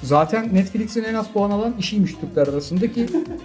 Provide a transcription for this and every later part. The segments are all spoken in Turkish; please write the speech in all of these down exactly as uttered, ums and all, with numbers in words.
Zaten Netflix'in en az puan alan işiymiş Türkler arasındaki.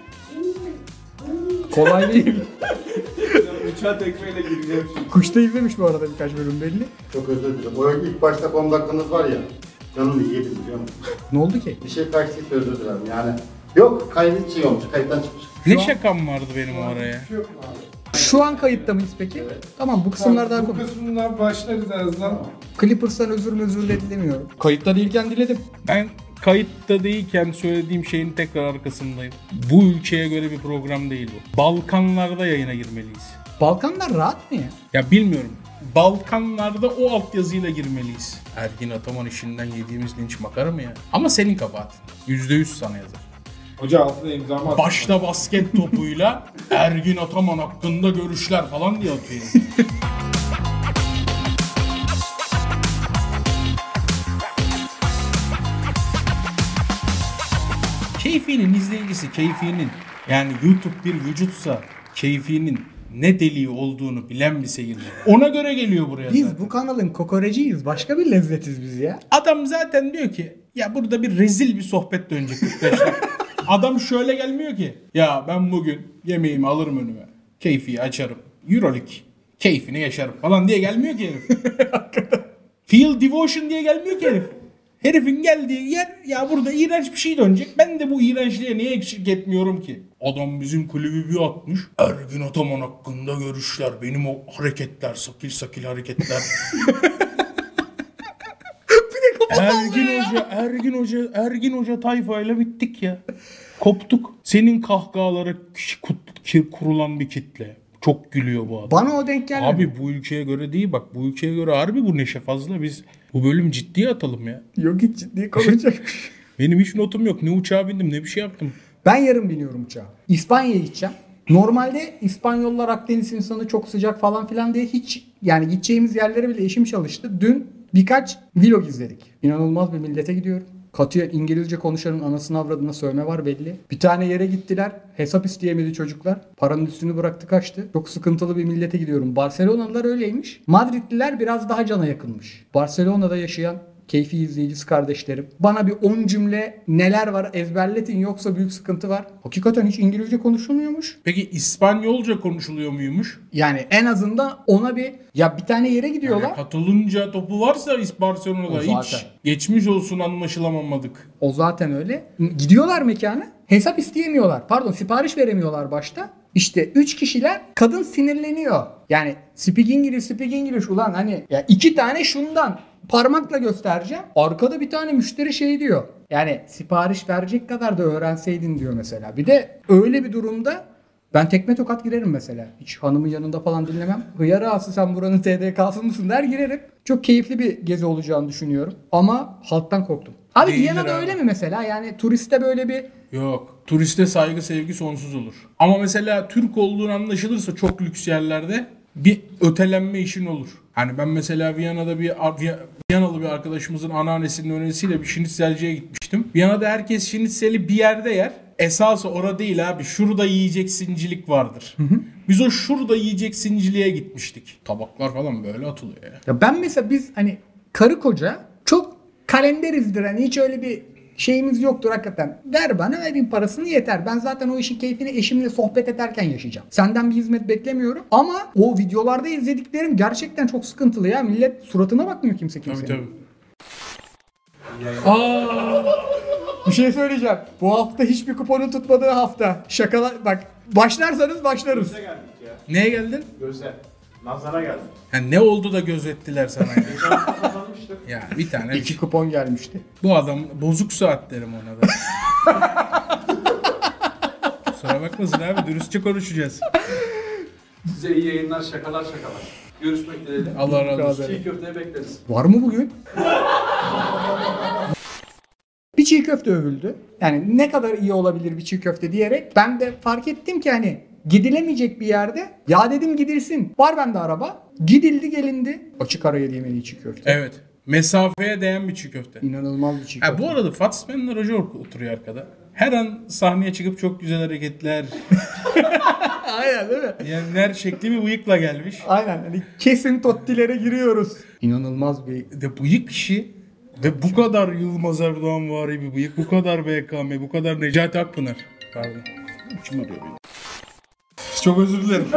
Kolay değil. Uçağa tekmeyle gireceğim şimdi. Kuşta izlemiş bu arada birkaç bölüm belli. Çok özür dilerim. O ilk başta on dakikanız var ya, canımı yedim biliyor musun? Ne oldu ki? Bir şey kaçtıysa özür dilerim yani. Yok, kayıt şey olmuş, kayıttan çıkmış. Ne şakam vardı benim o araya? Şu an kayıtta mıyız peki? Evet. Tamam bu kısımlar daha Bu komik. kısmından başlarız azdan. Clippers'tan özür mü özür diledi demiyorum. Kayıtta değilken diledim. Ben kayıtta değilken söylediğim şeyin tekrar arkasındayım. Bu ülkeye göre bir program değil bu. Balkanlarda yayına girmeliyiz. Balkanlar rahat mı ya? Ya bilmiyorum. Balkanlarda o altyazıyla girmeliyiz. Ergin Ataman işinden yediğimiz linç makara mı ya? Ama senin kabahatin. yüzde yüz sana yazar. Hoca altına imzamı attı. Başta basket topuyla Ergin Ataman hakkında görüşler falan diye atıyor. Keyfinin izleyicisi, keyfinin yani YouTube bir vücutsa keyfinin ne deliği olduğunu bilen bir seyirci. Ona göre geliyor buraya Biz zaten. bu kanalın kokoreciyiz. Başka bir lezzetiz biz ya. Adam zaten diyor ki ya burada bir rezil bir sohbet dönecek kırk beş dakika. Adam şöyle gelmiyor ki ya ben bugün yemeğimi alırım önüme. Keyfiyi açarım. Euroleague keyfini yaşarım falan diye gelmiyor ki herif. Feel Devotion diye gelmiyor ki herif. Herifin geldiği yer ya burada iğrenç bir şey dönecek. Ben de bu iğrençliğe niye eksik etmiyorum ki? Adam bizim kulübü bir atmış. Ergin Ataman hakkında görüşler. Benim o hareketler, sakil sakil hareketler. Ergin Hoca, Ergin Hoca, Ergin Hoca tayfayla bittik ya. Koptuk. Senin kahkahalara kurulan bir kitle. Çok gülüyor bu adam. Bana o denk gelmedi. Abi bu ülkeye göre değil bak. Bu ülkeye göre harbi bu neşe fazla. Biz bu bölüm ciddiye atalım ya. Yok hiç ciddi konuşacakmış. Benim hiç notum yok. Ne uçağa bindim ne bir şey yaptım. Ben yarın biniyorum uçağa. İspanya'ya gideceğim. Normalde İspanyollar Akdeniz insanı çok sıcak falan filan diye hiç yani gideceğimiz yerlere bile eşim çalıştı. Dün birkaç vlog izledik. İnanılmaz bir millete gidiyorum. Katiyen İngilizce konuşanın anasını avradına sövme var belli. Bir tane yere gittiler. Hesap isteyemedi çocuklar. Paranın üstünü bıraktı kaçtı. Çok sıkıntılı bir millete gidiyorum. Barcelonalılar öyleymiş. Madridliler biraz daha cana yakınmış. Barcelona'da yaşayan keyfi izleyicisi kardeşlerim. Bana bir on cümle neler var ezberletin yoksa büyük sıkıntı var. Hakikaten hiç İngilizce konuşulmuyormuş. Peki İspanyolca konuşuluyor muymuş? Yani en azından ona bir ya bir tane yere gidiyorlar. Yani Katalonca topu varsa Barcelona'da O hiç zaten. geçmiş olsun anlaşılamamadık. O zaten öyle. Gidiyorlar mekana. Hesap isteyemiyorlar. Pardon sipariş veremiyorlar başta. İşte üç kişiler kadın sinirleniyor. Yani speak English, speak English ulan hani ya iki tane şundan parmakla göstereceğim. Arkada bir tane müşteri şey diyor. Yani sipariş verecek kadar da öğrenseydin diyor mesela. Bir de öyle bir durumda ben tekme tokat girerim mesela. Hiç hanımın yanında falan dinlemem. Hıyar ağası sen buranın T D K'sı mısın der girerim. Çok keyifli bir gezi olacağını düşünüyorum. Ama halktan korktum. Abi Değildir Viyana'da abi. öyle mi mesela? Yani turiste böyle bir Yok. Turiste saygı sevgi sonsuz olur. Ama mesela Türk olduğun anlaşılırsa çok lüks yerlerde bir ötelenme işin olur. Hani ben mesela Viyana'da bir Viyanalı bir arkadaşımızın anneannesinin önerisiyle bir şinitzelciye gitmiştim. Viyana'da herkes şinitseli bir yerde yer. Esası orada değil abi. Şurada yiyeceksincilik vardır. Hı hı. Biz o şurada yiyeceksinciliğe gitmiştik. Tabaklar falan böyle atılıyor ya. ya ben mesela biz hani karı koca çok kalenderizdir. Hani hiç öyle bir şeyimiz yoktur hakikaten. Ver bana vereyim parasını yeter. Ben zaten o işin keyfini eşimle sohbet ederken yaşayacağım. Senden bir hizmet beklemiyorum. Ama o videolarda izlediklerim gerçekten çok sıkıntılı ya. Millet suratına bakmıyor kimse kimsenin. Tabii tabii. Aa, bir şey söyleyeceğim. Bu hafta hiçbir kuponun tutmadığı hafta. Şakalar bak başlarsanız başlarız. Göze geldik ya. Neye geldin? Göze. Nazara geldik. Yani ne oldu da gözettiler sana ya? Kazanmıştık. Ya bir tane İki kupon gelmişti. bu adam bozuk saat derim ona da. Kusura bakmasın abi dürüstçe konuşacağız. Size iyi yayınlar, şakalar şakalar. Görüşmek dileğiyle. Allah razı olsun. Çiğ köfteye bekleriz. Var mı bugün? Bir çiğ köfte övüldü. Yani ne kadar iyi olabilir bir çiğ köfte diyerek ben de fark ettim ki hani gidilemeyecek bir yerde ya dedim gidilsin. Var bende araba. Gidildi gelindi. Açık ara yediğim çiğ köfte. Evet. Mesafeye değen bir çiğ köfte. İnanılmaz bir çiğ köfte. Ha, bu arada Fatsmenler Hoca oturuyor arkada. Her an sahneye çıkıp çok güzel hareketler, Aynen değil mi? yenler şekli bir bıyıkla gelmiş. Aynen. Hani kesin tottilere giriyoruz. İnanılmaz bir De bıyık işi Ve bu kadar Yılmaz Erdoğan vari bir bıyık, bu kadar B K M, bu kadar Necati Akpınar. Pardon. Kim arıyor beni? Çok özür dilerim.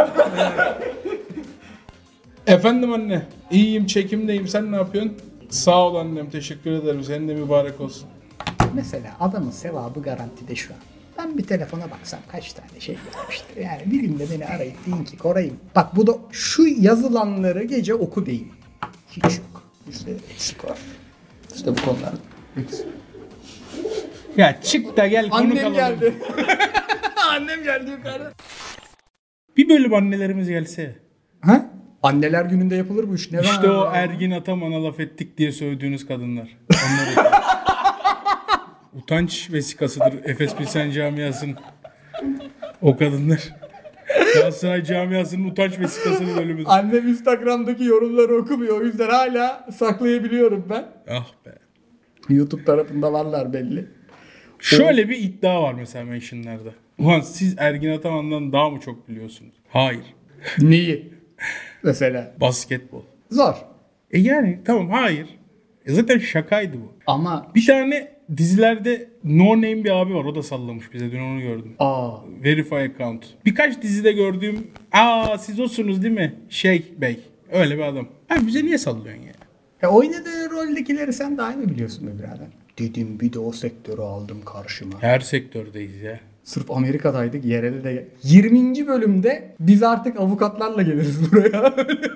Efendim anne. İyiyim, çekimdeyim. Sen ne yapıyorsun? Sağ ol annem. Teşekkür ederim. Senin de mübarek olsun. Mesela adamın sevabı garantide şu an. Ben bir telefona baksam kaç tane şey gelmiştir. Yani bir günde beni arayıp deyin ki Koray'ım. Bak bu da şu yazılanları gece oku deyin. Hiç yok. Bizde eksik var. İşte bu konular. Ya çık da gel konu Annem kalalım. geldi. Annem geldi yukarıda. Bir bölüm annelerimiz gelse. Ha? Anneler gününde yapılır bu iş. Ne İşte zaman? o Ergin Ataman'a laf ettik diye sövdüğünüz kadınlar. Onları... Utanç vesikasıdır Efes Pilsen camiasının. O kadınlar. Galatasaray camiasının utanç vesikasının bölümüdür. Annem Instagram'daki yorumları okumuyor. O yüzden hala saklayabiliyorum ben. Ah be. YouTube tarafında varlar belli. Şöyle bir iddia var mesela mentionlarda. Ulan siz Ergin Ataman'dan daha mı çok biliyorsunuz? Hayır. Neyi? Mesela. Basketbol. Zor. E yani tamam hayır. E zaten şakaydı bu. Ama Bir tane dizilerde no name bir abi var. O da sallamış bize. Dün onu gördüm. aa, Verify account. Birkaç dizide gördüğüm aa siz osunuz değil mi? Şey bey. Öyle bir adam. Abi bize niye sallıyorsun ya? e oynadığı roldekileri sen daha iyi mi biliyorsun be birader? Dedim bir de o sektörü aldım karşıma. Her sektördeyiz ya. Sırf Amerika'daydık yerelde de. yirminci bölümde biz artık avukatlarla geliriz buraya.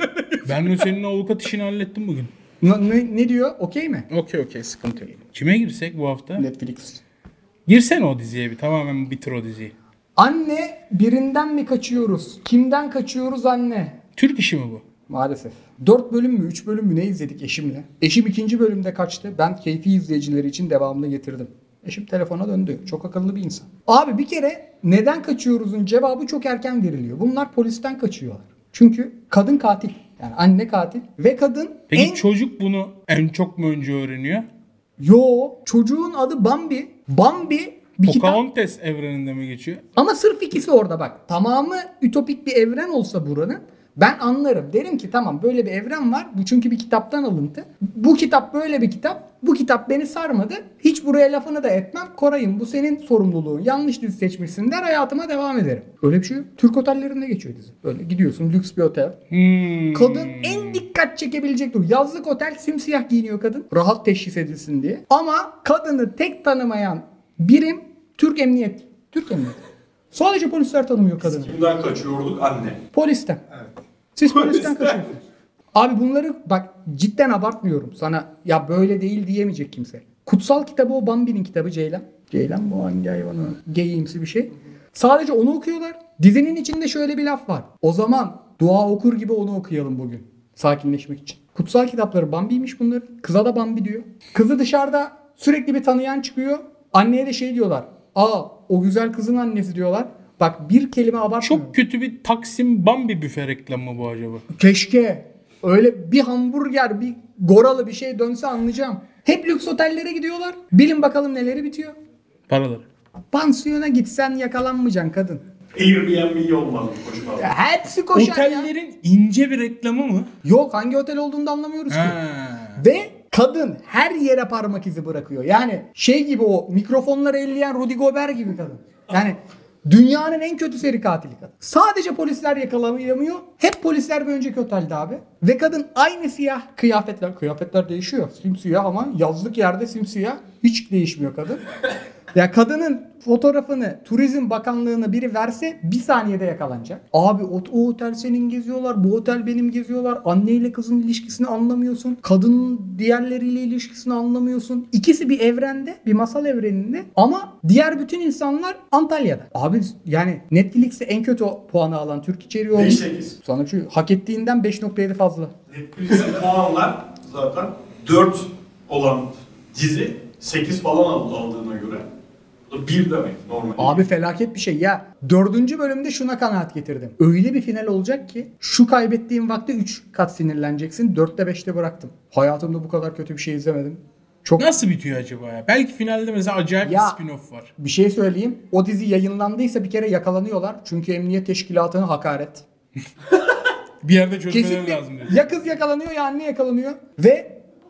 Ben de senin avukat işini hallettim bugün. ne, ne, ne diyor? Okey mi? Okey okey sıkıntı yok. Kime girsek bu hafta? Netflix. Girsene o diziye bir tamamen bitir o diziyi. Anne birinden mi kaçıyoruz? Kimden kaçıyoruz anne? Türk işi mi bu? Maalesef. dört bölüm mü üç bölüm mü ne izledik eşimle? Eşim ikinci bölümde kaçtı. Ben keyfi izleyicileri için devamını getirdim. Eşim telefona döndü. Çok akıllı bir insan. Abi bir kere neden kaçıyoruzun cevabı çok erken veriliyor. Bunlar polisten kaçıyorlar. Çünkü kadın katil. Yani anne katil. Ve kadın Peki en... çocuk bunu en çok mu önce öğreniyor? Yo, çocuğun adı Bambi. Bambi bir kitap. Pocahontas evreninde mi geçiyor? Ama sırf ikisi orada bak. Tamamı ütopik bir evren olsa buranın ben anlarım. Derim ki tamam böyle bir evren var. Bu çünkü bir kitaptan alıntı. Bu kitap böyle bir kitap. Bu kitap beni sarmadı. Hiç buraya lafını da etmem. Koray'ım bu senin sorumluluğun. Yanlış dizi seçmişsin der hayatıma devam ederim. Öyle bir şey yok. Türk otellerinde geçiyor dizi. Böyle gidiyorsun lüks bir otel. Hmm. Kadın en dikkat çekebilecek dur. Yazlık otel simsiyah giyiniyor kadın. Rahat teşhis edilsin diye. Ama kadını tek tanımayan birim Türk Emniyet. Türk Emniyet. Sadece polisler tanımıyor kadını. Kimden kaçıyorduk? Anne. Polisten. Siz polisten kaçıyorsunuz. Abi bunları bak cidden abartmıyorum. Sana ya böyle değil diyemeyecek kimse. Kutsal kitabı o Bambi'nin kitabı Ceylan. Ceylan bu hangi hayvanı? Geyiğimsi bir şey. Sadece onu okuyorlar. Dizinin içinde şöyle bir laf var. O zaman dua okur gibi onu okuyalım bugün. Sakinleşmek için. Kutsal kitapları Bambi'ymiş bunların. Kıza da Bambi diyor. Kızı dışarıda sürekli bir tanıyan çıkıyor. Anneye de şey diyorlar. Aa o güzel kızın annesi diyorlar. Bak bir kelime abartmıyorum. Çok kötü bir Taksim Bambi büfe reklamı bu acaba? Keşke öyle bir hamburger, bir goralı bir şey dönse anlayacağım. Hep lüks otellere gidiyorlar. Bilin bakalım neleri bitiyor. Paraları. Pansiyona gitsen yakalanmayacaksın kadın. Airbnb olmalı koşma. Ya hepsi koşar ya. Otellerin ince bir reklamı mı? Yok hangi otel olduğunu da anlamıyoruz ki. Ha. Ve kadın her yere parmak izi bırakıyor. Yani şey gibi o mikrofonları elleyen Rudy Gobert gibi kadın. Yani dünyanın en kötü seri katili kadın. Sadece polisler yakalayamıyor. Hep polisler bir önceki otelde abi. Ve kadın aynı siyah kıyafetler. Kıyafetler değişiyor. Simsiyah ama yazlık yerde simsiyah. Hiç değişmiyor kadın. Ya kadının fotoğrafını Turizm Bakanlığı'na biri verse bir saniyede yakalanacak. Abi o, o otel senin geziyorlar, bu otel benim geziyorlar. Anneyle kızın ilişkisini anlamıyorsun. Kadının diğerleriyle ilişkisini anlamıyorsun. İkisi bir evrende, bir masal evreninde ama diğer bütün insanlar Antalya'da. Abi yani Netflix'e en kötü puanı alan Türk içeriği olmuş. beş sekiz. Sana şu hak ettiğinden beş nokta yedi fazla. Netflix'in puanlar zaten dört olan dizi sekiz falan aldığına göre. Bu da bir demek normal. Abi felaket bir şey ya. Dördüncü bölümde şuna kanaat getirdim. Öyle bir final olacak ki şu kaybettiğin vakti üç kat sinirleneceksin. dörtte beşte bıraktım. Hayatımda bu kadar kötü bir şey izlemedim. Çok Nasıl bitiyor acaba ya? Belki finalde mesela acayip Ya. bir spin-off var. bir şey söyleyeyim. O dizi yayınlandıysa bir kere yakalanıyorlar. Çünkü emniyet teşkilatına hakaret. Bir yerde çözmeleri Kesinlikle lazım diyorsun. ya kız yakalanıyor ya anne yakalanıyor. Ve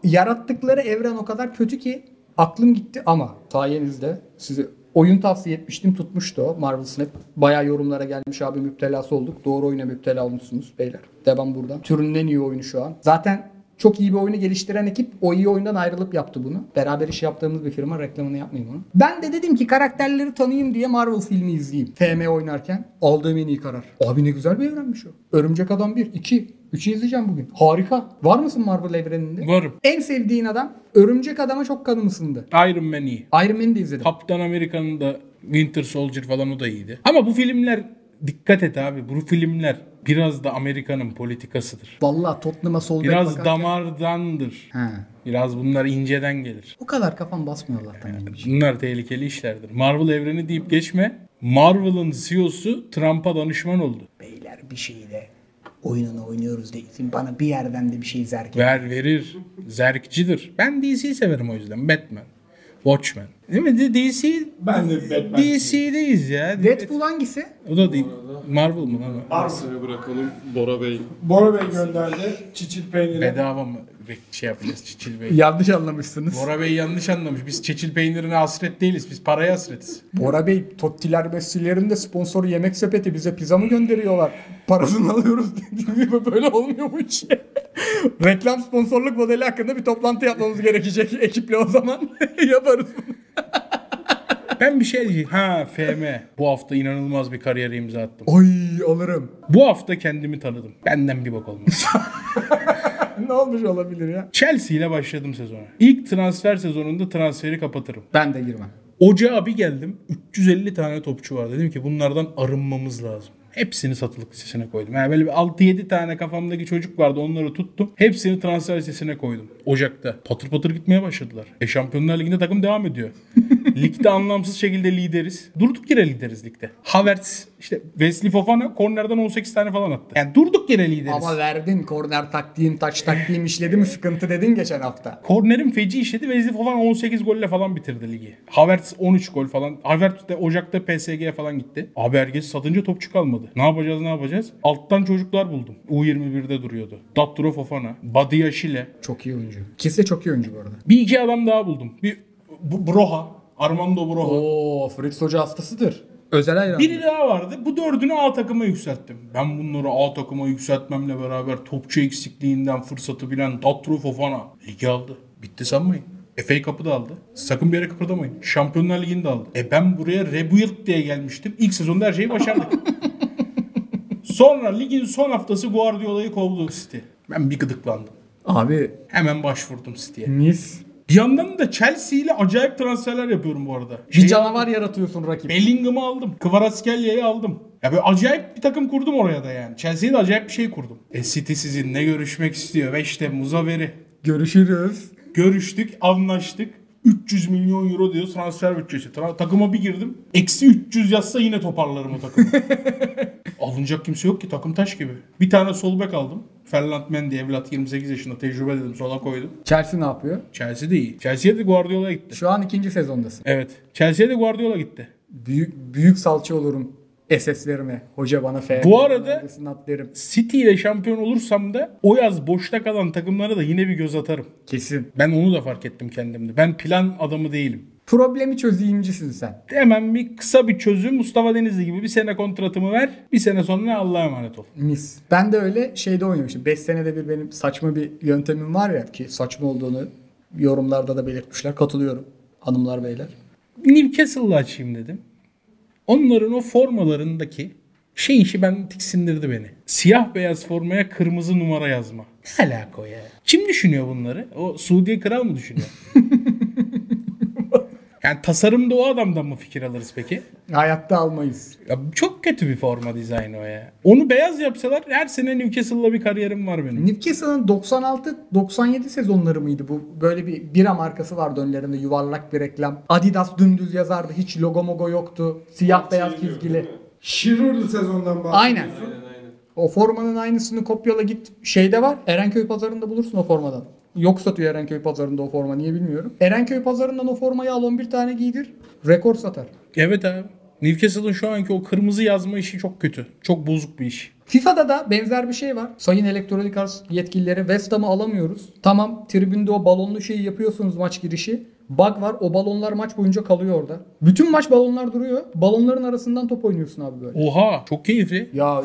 yarattıkları evren o kadar kötü ki aklım gitti ama sayenizde size oyun tavsiye etmiştim, tutmuştu o. Marvel Snap bayağı yorumlara gelmiş, abi müptelası olduk. Doğru oyuna müptela olmuşsunuz beyler. Devam buradan. Türünün en iyi oyunu şu an. Zaten çok iyi bir oyunu geliştiren ekip o iyi oyundan ayrılıp yaptı bunu. Beraber iş yaptığımız bir firma, reklamını yapmayayım onu. Ben de dedim ki karakterleri tanıyayım diye Marvel filmi izleyeyim. F M oynarken aldığım en iyi karar. Abi ne güzel bir evrenmiş o. Örümcek Adam bir, iki, üçü izleyeceğim bugün. Harika. Var mısın Marvel evreninde? Varım. En sevdiğin adam Örümcek Adam'a çok kanım ısındı. Iron Man iyi. Iron Man'i de izledim. Kaptan Amerika'nın da Winter Soldier falan o da iyiydi. Ama bu filmler dikkat et abi. Bu filmler biraz da Amerika'nın politikasıdır. Vallahi Tottenham'a sol bek Biraz bakarken- damardandır. He. Biraz bunlar inceden gelir. O kadar kafam basmıyor Allah'tan. benim için. Bunlar tehlikeli işlerdir. Marvel evreni deyip geçme. Marvel'ın C E O'su Trump'a danışman oldu. Beyler bir şeyi de oyununu oynuyoruz değilsin. Bana bir yerden de bir şey zerk et. Ver verir. Zerkçidir. Ben D C'yi severim o yüzden. Batman. Watchmen. Değil mi? D C Ben de Batman. D C'deyiz ya. Deadpool hangisi? O da değil. Marvel mı lan o? Arsaya bırakalım Bora Bey. Bora Bey gönderdi. Çiçil peyniri. Bedava mı şey yapacağız Çiçil Bey? Yanlış anlamışsınız. Bora Bey yanlış anlamış. Biz çeçil peynirine hasret değiliz. Biz paraya hasretiz. Bora Bey, Tottiler Messi'lerin de sponsoru Yemek Sepeti, bize pizza mı gönderiyorlar? Parasını alıyoruz dediğim böyle olmuyor bu iş. Reklam sponsorluk modeli hakkında bir toplantı yapmamız gerekecek ekiple o zaman. Yaparız bunu. Ben bir şey diyeceğim. Ha F M. Bu hafta inanılmaz bir kariyere imza attım. Oy alırım. Bu hafta kendimi tanıdım. Benden bir bok olmaz. Ne olmuş olabilir ya? Chelsea ile başladım sezona. İlk transfer sezonunda transferi kapatırım. Ben de girmem. Ocağa bir geldim. üç yüz elli tane topçu var. Dedim ki bunlardan arınmamız lazım. Hepsini satılık listesine koydum. Yani böyle bir altı yedi tane kafamdaki çocuk vardı. Onları tuttum. Hepsini transfer listesine koydum. Ocak'ta. Patır patır gitmeye başladılar. E Şampiyonlar Ligi'nde takım devam ediyor. Ligde anlamsız şekilde lideriz. Durduk yere lideriz ligde. Havertz, işte Wesley Fofana kornerden on sekiz tane falan attı. Yani durduk yere lideriz. Ama verdin, korner taktiğim, taç taktiğim işledi mi sıkıntı dedin geçen hafta. Kornerin feci işledi. Wesley Fofana on sekiz golle falan bitirdi ligi. Havertz on üç gol falan. Havertz de Ocak'ta P S G'ye falan gitti. Abi herkes satınca topçu kalmadı. Ne yapacağız ne yapacağız? Alttan çocuklar buldum. U yirmi birde duruyordu. Datturo Fofana, Badiashile. Çok iyi oyuncu. İkisi de çok iyi oyuncu bu arada. Bir iki adam daha buldum. Bir Bu- Broha. Armando Broha. Oo, Fritz Hoca hastasıdır. Özel hayran. Biri daha vardı. Bu dördünü A takıma yükselttim. Ben bunları A takıma yükseltmemle beraber topçu eksikliğinden fırsatı bilen Datturo Fofana ligi aldı. Bitti sanmayın. F A Cup'ı da aldı. Sakın bir yere kıpırdamayın. Şampiyonlar Ligi'ni de aldı. E ben buraya rebuild diye gelmiştim. İlk sezonda her şeyi başardık. Sonra ligin son haftası Guardiola'yı kovdu City. Ben bir gıdıklandım. Abi Hemen başvurdum City'ye. mis. Bir yandan da Chelsea ile acayip transferler yapıyorum bu arada. Bir canavar yaratıyorsun rakip. Bellingham'ı aldım. Kvaratskheლიa'yı aldım. Ya böyle acayip bir takım kurdum oraya da yani. Chelsea'ye de acayip bir şey kurdum. E City sizinle görüşmek istiyor. beş Temmuz'a veri. Görüşürüz. Görüştük, anlaştık. üç yüz milyon euro diyor transfer bütçesi. Tra- takıma bir girdim. Eksi üç yüz yazsa yine toparlarım o takımı. Alınacak kimse yok ki, takım taş gibi. Bir tane sol bek aldım. Ferland Mendy evlat, yirmi sekiz yaşında, tecrübe dedim, sola koydum. Chelsea ne yapıyor? Chelsea de iyi. Chelsea'ye de Guardiola gitti. Şu an ikinci sezondasın. Evet. Chelsea'ye de Guardiola gitti. Büyük büyük salça olurum S S'lerime. Hoca bana F. Bu arada- neredesin at derim. City ile şampiyon olursam da o yaz boşta kalan takımlara da yine bir göz atarım. Kesin. Ben onu da fark ettim kendimde. Ben plan adamı değilim. Problemi çözeyimcisin sen. Hemen bir kısa bir çözüm, Mustafa Denizli gibi bir sene kontratımı ver. Bir sene sonra Allah'a emanet ol. Mis. Ben de öyle şeyde oynamışım. beş senede bir benim saçma bir yöntemim var ya, ki saçma olduğunu yorumlarda da belirtmişler. Katılıyorum hanımlar beyler. Newcastle'la açayım dedim. Onların o formalarındaki şey işi ben tiksindirdi beni. Siyah beyaz formaya kırmızı numara yazma. Ne alaka o ya? Kim düşünüyor bunları? O Suudi kral mı düşünüyor? Yani tasarımda o adamdan mı fikir alırız peki? Hayatta almayız. Ya çok kötü bir forma dizaynı o ya. Onu beyaz yapsalar her sene Newcastle'la bir kariyerim var benim. Newcastle'ın doksan altı doksan yedi sezonları mıydı bu? Böyle bir bira markası vardı önlerinde, yuvarlak bir reklam. Adidas dümdüz yazardı. Hiç logo mogo yoktu. Siyah beyaz çizgili. Şirirli sezondan bahsediyorsun. Aynen. O formanın aynısını kopyala git. Şeyde var. Erenköy pazarında bulursun o formadan. Yok satıyor Erenköy pazarında o forma, niye bilmiyorum. Erenköy pazarından o formayı al, on bir tane giydir. Rekor satar. Evet abi. Newcastle'ın şu anki o kırmızı yazma işi çok kötü. Çok bozuk bir iş. FIFA'da da benzer bir şey var. Sayın Elektronik Arts yetkilileri, West Ham'ı alamıyoruz. Tamam, tribünde o balonlu şeyi yapıyorsunuz maç girişi. Bug var. O balonlar maç boyunca kalıyor orada. Bütün maç balonlar duruyor. Balonların arasından top oynuyorsun abi böyle. Oha çok keyifli. Ya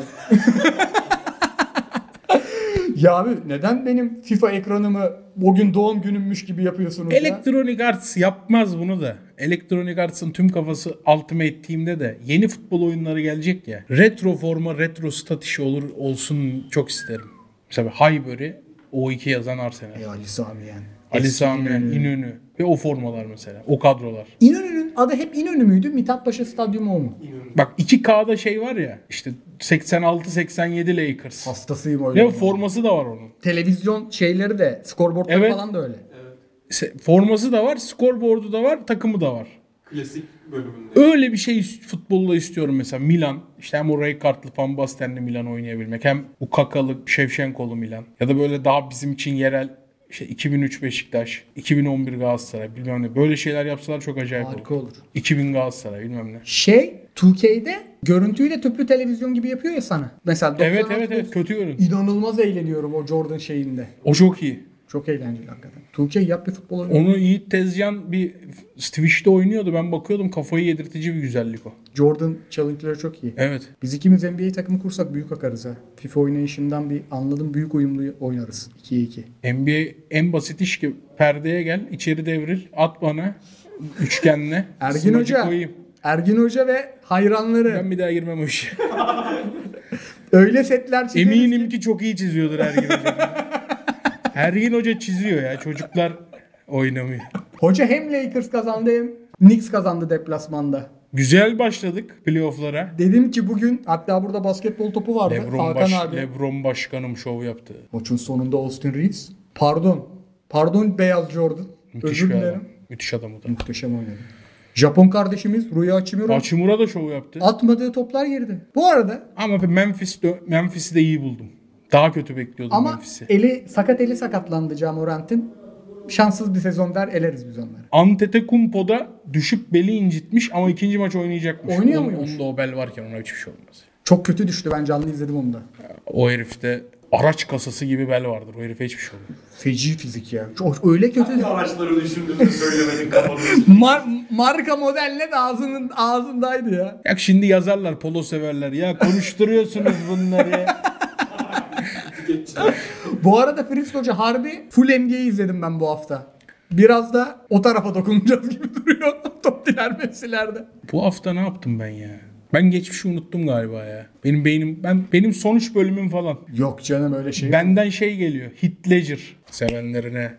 Ya abi neden benim FIFA ekranımı o gün doğum günümmüş gibi yapıyorsunuz ya? Electronic Arts yapmaz bunu da. Electronic Arts'ın tüm kafası Ultimate Team'de de yeni futbol oyunları gelecek ya. Retro forma, retro stat işi olur olsun çok isterim. Mesela Highbury, O iki yazan Arsenal. Ya Ali Sami yani. Ali Sami Yen, İnönü ve o formalar mesela. O kadrolar. İnönü'nün adı hep İnönü müydü? Mithatpaşa Stadyumu o mu? Bak iki K'da şey var ya işte seksen altı seksen yedi Lakers. Hastasıyım öyle. Ve forması da var onun. Televizyon şeyleri de, skorboardları Evet. falan da öyle. Se- Forması da var, scoreboard'u da var, takımı da var. Klasik bölümünde. Öyle bir şey ist- futbolda istiyorum mesela Milan. İşte hem o Rijkaard'lı Van Basten'li Milan oynayabilmek. Hem bu Kakalı, Şevşenko'lu Milan. Ya da böyle daha bizim için yerel işte iki bin üç Beşiktaş, iki bin on bir Galatasaray bilmem ne. Böyle şeyler yapsalar çok acayip Harika olur. olur. iki bin Galatasaray bilmem ne. Şey, iki K'de görüntüyü de tüplü televizyon gibi yapıyor ya sana. Mesela Evet doksan evet evet kötü görün. İnanılmaz eğleniyorum o Jordan şeyinde. O çok iyi. Çok eğlenceli hakikaten. iki K yap bir futbol oyunu. Onu Yiğit Tezcan bir Twitch'te oynuyordu. Ben bakıyordum kafayı yedirtici bir güzellik o. Jordan challenge'ları çok iyi. Evet. Biz ikimiz N B A takımı kursak büyük akarız ha. FIFA oynayışından bir anladım, büyük uyumlu oynarız. ikiye iki. N B A en basit iş ki perdeye gel, içeri devril, at bana üçgenle. Ergin smacı Hoca. koyayım. Ergin Hoca ve hayranları. Ben bir daha girmem o işe. Öyle setler çizeriz. Eminim ki çok iyi çiziyordur Ergin Hoca. Ergin Hoca çiziyor ya. Çocuklar oynamıyor. Hoca hem Lakers kazandı hem Knicks kazandı deplasmanda. Güzel başladık playoff'lara. Dedim ki bugün, hatta burada basketbol topu vardı. Lebron, Hakan baş, abi. Lebron başkanım şov yaptı. Maçın sonunda Austin Reeves. Pardon. Pardon beyaz Jordan. Müthiş Özür bir dilerim. adam. Müthiş adam o da. Muhteşem oynadı. Japon kardeşimiz Rui Hachimura Hachimura da şov yaptı. atmadığı toplar girdi. Bu arada Ama Memphis de, Memphis'i de iyi buldum. Daha kötü bekliyordum ama Memphis'i. eli sakat eli sakatlandı Ja Morant'in. Şanssız bir sezon der, eleriz biz onları. Antetokounmpo'da düşüp beli incitmiş ama ikinci maç oynayacakmış. Oynuyor Onun- muymuş? Onda o bel varken ona hiçbir şey olmaz. Çok kötü düştü, ben canlı izledim onu da. O herifte araç kasası gibi bel vardır. O herife hiçbir şey olmaz. Feci fizik ya. Çok, öyle kötü. Araçları düşündüğünü söylemedin kafanı. Mar- marka modelle de ağzının ağzındaydı ya. Ya şimdi yazarlar polo severler. Ya konuşturuyorsunuz bunları. Bu arada Fritz Hoca harbi full N B A izledim ben bu hafta. Biraz da o tarafa dokunacağız gibi duruyor top dilermesilerde. Bu hafta ne yaptım ben ya? Ben geçmişi unuttum galiba ya. Benim beynim ben benim son üç bölümüm falan. Yok canım öyle şey. Benden şey geliyor. Heath Ledger sevenlerine.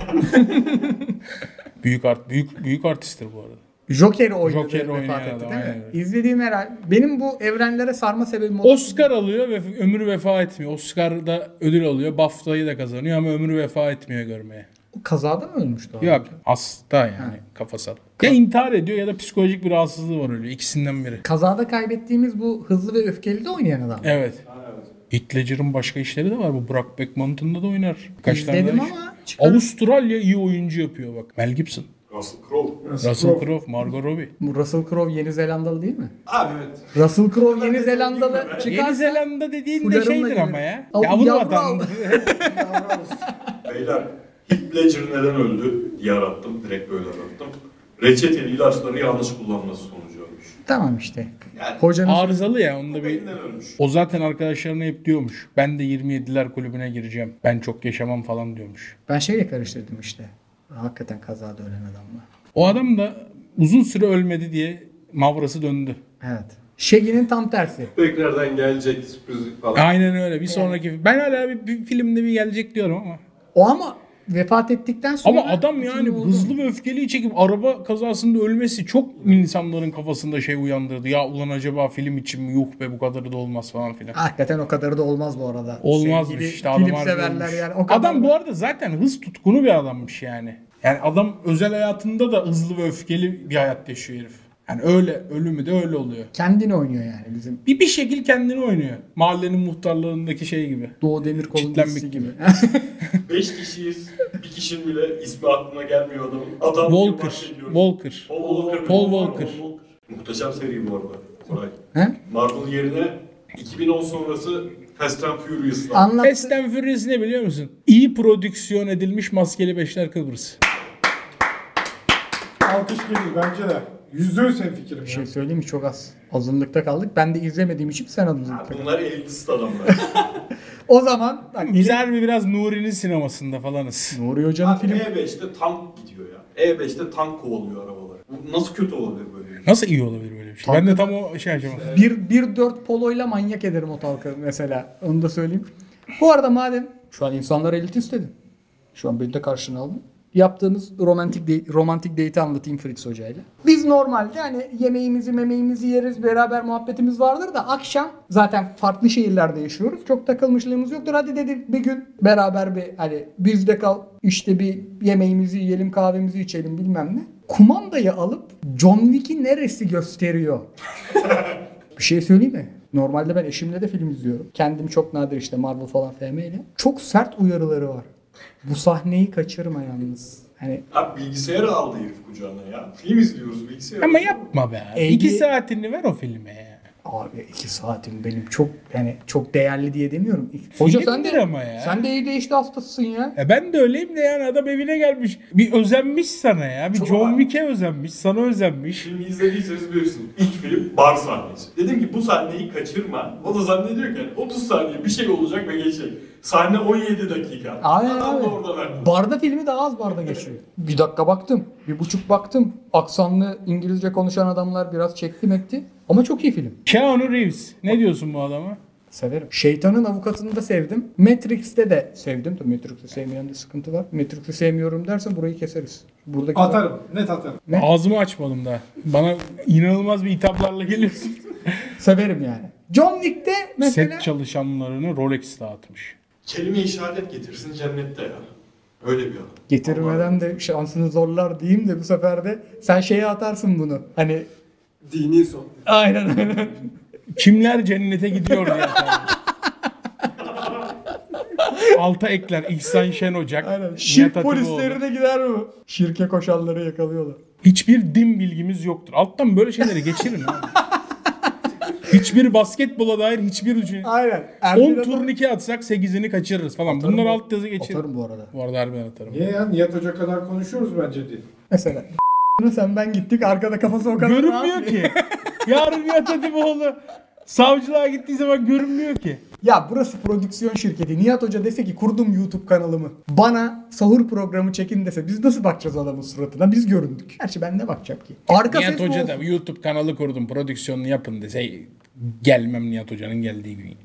büyük art büyük büyük artisttir bu arada. Joker oynadı, Joker vefat oynayan etti adam, değil mi? aynen öyle. İzlediğim herhalde. Benim bu evrenlere sarma sebebim o. Oscar alıyor ve ömrü vefa etmiyor. Oscar'da ödül alıyor. BAFTA'yı da kazanıyor ama ömrü vefa etmiyor görmeye. O kazada mı ölmüştü abi? Yok hasta yani kafasal. Ya intihar ediyor ya da psikolojik bir rahatsızlığı var öyle. İkisinden biri. Kazada kaybettiğimiz bu Hızlı ve Öfkeli de oynayan adam. Evet. Heath Ledger'ın başka işleri de var. Bu Brokeback Mountain'da da oynar. Kaç tane İzledim daha iş- ama çıkar. Avustralya iyi oyuncu yapıyor bak. Mel Gibson, Russell Crowe. Russell Crowe, Margot Robbie. Bu Russell Crowe Yeni Zelandalı değil mi? Abi evet. Russell Crowe Yeni Zelandalı çıkarsa Yeni Zelanda dediğin de Fularımla şeydir gelir. ama ya. Av- Yavru yavru vatan. aldı. Beyler, Heath Ledger neden öldü diye arattım. Direkt böyle arattım. Reçeteli ilaçları yanlış kullanması sonucu ölmüş. Tamam işte. Yani Hocanın Arızalı ya onda bir... Elinden ölmüş. O zaten arkadaşlarına hep diyormuş. Ben de yirmi yediler kulübüne gireceğim. Ben çok yaşamam falan diyormuş. ben şeyle karıştırdım işte. Hakikaten kazada ölen adamla. O adam da uzun süre ölmedi diye mavrası döndü. Evet. Shaggy'nin tam tersi. Tekrardan gelecek sürpriz falan. Aynen öyle. Bir sonraki... Ben hala bir, bir filmde bir gelecek diyorum ama. O ama vefat ettikten sonra... Ama adam yani film oldu. hızlı ve öfkeli çekip araba kazasında ölmesi çok insanların kafasında şey uyandırdı. Ya ulan acaba film için mi? Yuh be bu kadarı da olmaz falan filan. Hakikaten o kadarı da olmaz bu arada. Olmazmış Sevgili işte adam film harbi severler ölmüş. yani. O kadar Adam da- bu arada zaten hız tutkunu bir adammış yani. Yani adam özel hayatında da hızlı ve öfkeli bir hayat yaşıyor herif. Yani öyle ölümü de öyle oluyor. kendini oynuyor yani bizim Bir bir şekil kendini oynuyor. Mahallenin muhtarlarındaki şey gibi. Doğu Demirkol'un Çitlenmek dizisi gibi. Beş kişiyiz. Bir kişinin bile ismi aklına gelmiyor adamın. Adam Walker. bahsediyor. Walker. Paul Walker. Paul Walker. Muhteşem seri bu arada. Koray. He? Marvel yerine iki bin on sonrası Fast and Furious'ta. Anlattı. Fast and Furious ne biliyor musun? İyi prodüksiyon edilmiş maskeli beşler Kıbrıs. Alkış geliyor bence de. Yüzde yüz hemfikirim Bir ya. şey söyleyeyim mi? Çok az. Azınlıkta kaldık. Ben de izlemediğim için sen azınlıkta kaldın. Bunlar elitist adamlar. O zaman bak, Biz harbi biraz Nuri'nin sinemasında falanız. Nuri Hoca'nın Abi film. E beşte tank gidiyor ya. E beşte tank kovalıyor arabaları. Bu nasıl kötü olabilir böyle bir şey? Nasıl iyi olabilir böyle bir şey? Ben de tam o şey aşaması. Bir, bir dört poloyla manyak ederim o talka mesela. Onu da söyleyeyim. Bu arada madem şu an insanlar elitist dedin. Şu an beni de karşına aldın. Yaptığımız romantik de- romantik date'i anlatayım Fritz Hoca'yla. Biz normalde hani yemeğimizi memeğimizi yeriz, beraber muhabbetimiz vardır da akşam zaten farklı şehirlerde yaşıyoruz. Çok takılmışlığımız yoktur. Hadi dedik bir gün beraber bir hani bizde kal işte bir yemeğimizi yiyelim, kahvemizi içelim bilmem ne. Kumandayı alıp John Wick'i neresi gösteriyor? Bir şey söyleyeyim mi? Normalde ben eşimle de film izliyorum. Kendim çok nadir işte Marvel falan F M ile. Çok sert uyarıları var. Bu sahneyi kaçırma yalnız. Hani Abi bilgisayarı aldı herif kucağına ya. Film izliyoruz bilgisayarı. Ama yapma be. Ege- İki saatini ver o filme ya. abi iki saatim benim çok yani çok değerli diye demiyorum. Hoca sen Filmdir de ama ya. sen de iyi değişti hastasısın ya. E ben de öyleyim de yani adam evine gelmiş. Bir özenmiş sana ya. Bir Çok John abi. Wick'e özenmiş. Sana özenmiş. Filmi izlediyseniz bilirsiniz. İlk film bar sahnesi. Dedim ki bu sahneyi kaçırma. O da zannediyor ki yani otuz saniye bir şey olacak ve geçecek. Sahne on yedi dakika. Aynen Adam abi. da oradan haklı. Barda filmi daha az barda geçiyor. Bir dakika baktım. Bir buçuk baktım. Aksanlı İngilizce konuşan adamlar biraz çekti mekti. Ama çok iyi film. Keanu Reeves. Ne diyorsun bu adama? Severim. Şeytanın Avukatı'nı da sevdim. Matrix'te de sevdim. Tabii Matrix'i sevmeyen de sıkıntı var. Matrix'i sevmiyorum dersen burayı keseriz. Buradaki Atarım. Net atarım. Ne? Ağzımı açmadım daha. Bana inanılmaz bir hitaplarla geliyorsun. severim yani. John Wick'te mesela Set çalışanlarını Rolex dağıtmış. Kelime işaret getirsin cennette ya. Öyle bir adam. getirmeden de şansını zorlar diyeyim de bu sefer de sen şeye atarsın bunu. Hani Dini son. aynen aynen. Kimler cennete gidiyor diye atarım. Alta ekler İhsan Şen Ocak. Aynen. Nihat Şirk Hatipoğlu. polislerine gider mi? Şirke koşanları yakalıyorlar. Hiçbir din bilgimiz yoktur. Alttan böyle şeyleri geçirin abi. Hiçbir basketbola dair hiçbir düşün. Aynen. on Erbil turnike atsak sekizini kaçırırız falan. Atarım Bunlar bu- alt yazı geçirin. Atarım bu arada. Bu arada harbiden atarım. Niye ya? Nihat Hoca kadar konuşuyoruz bence değil. Mesela sen ben gittik arkada kafası o kadar Görünmüyor rahat. ki. Yarın Nihat Hatipoğlu savcılığa gittiği zaman görünmüyor ki. Ya burası prodüksiyon şirketi. Nihat Hoca dese ki kurdum YouTube kanalımı. Bana sahur programı çekin dese biz nasıl bakacağız adamın suratına? Biz göründük. Gerçi ben ne bakacağım ki? Arka Nihat ses Hoca olsun. da YouTube kanalı kurdum prodüksiyonunu yapın dese gelmem Nihat Hoca'nın geldiği gün.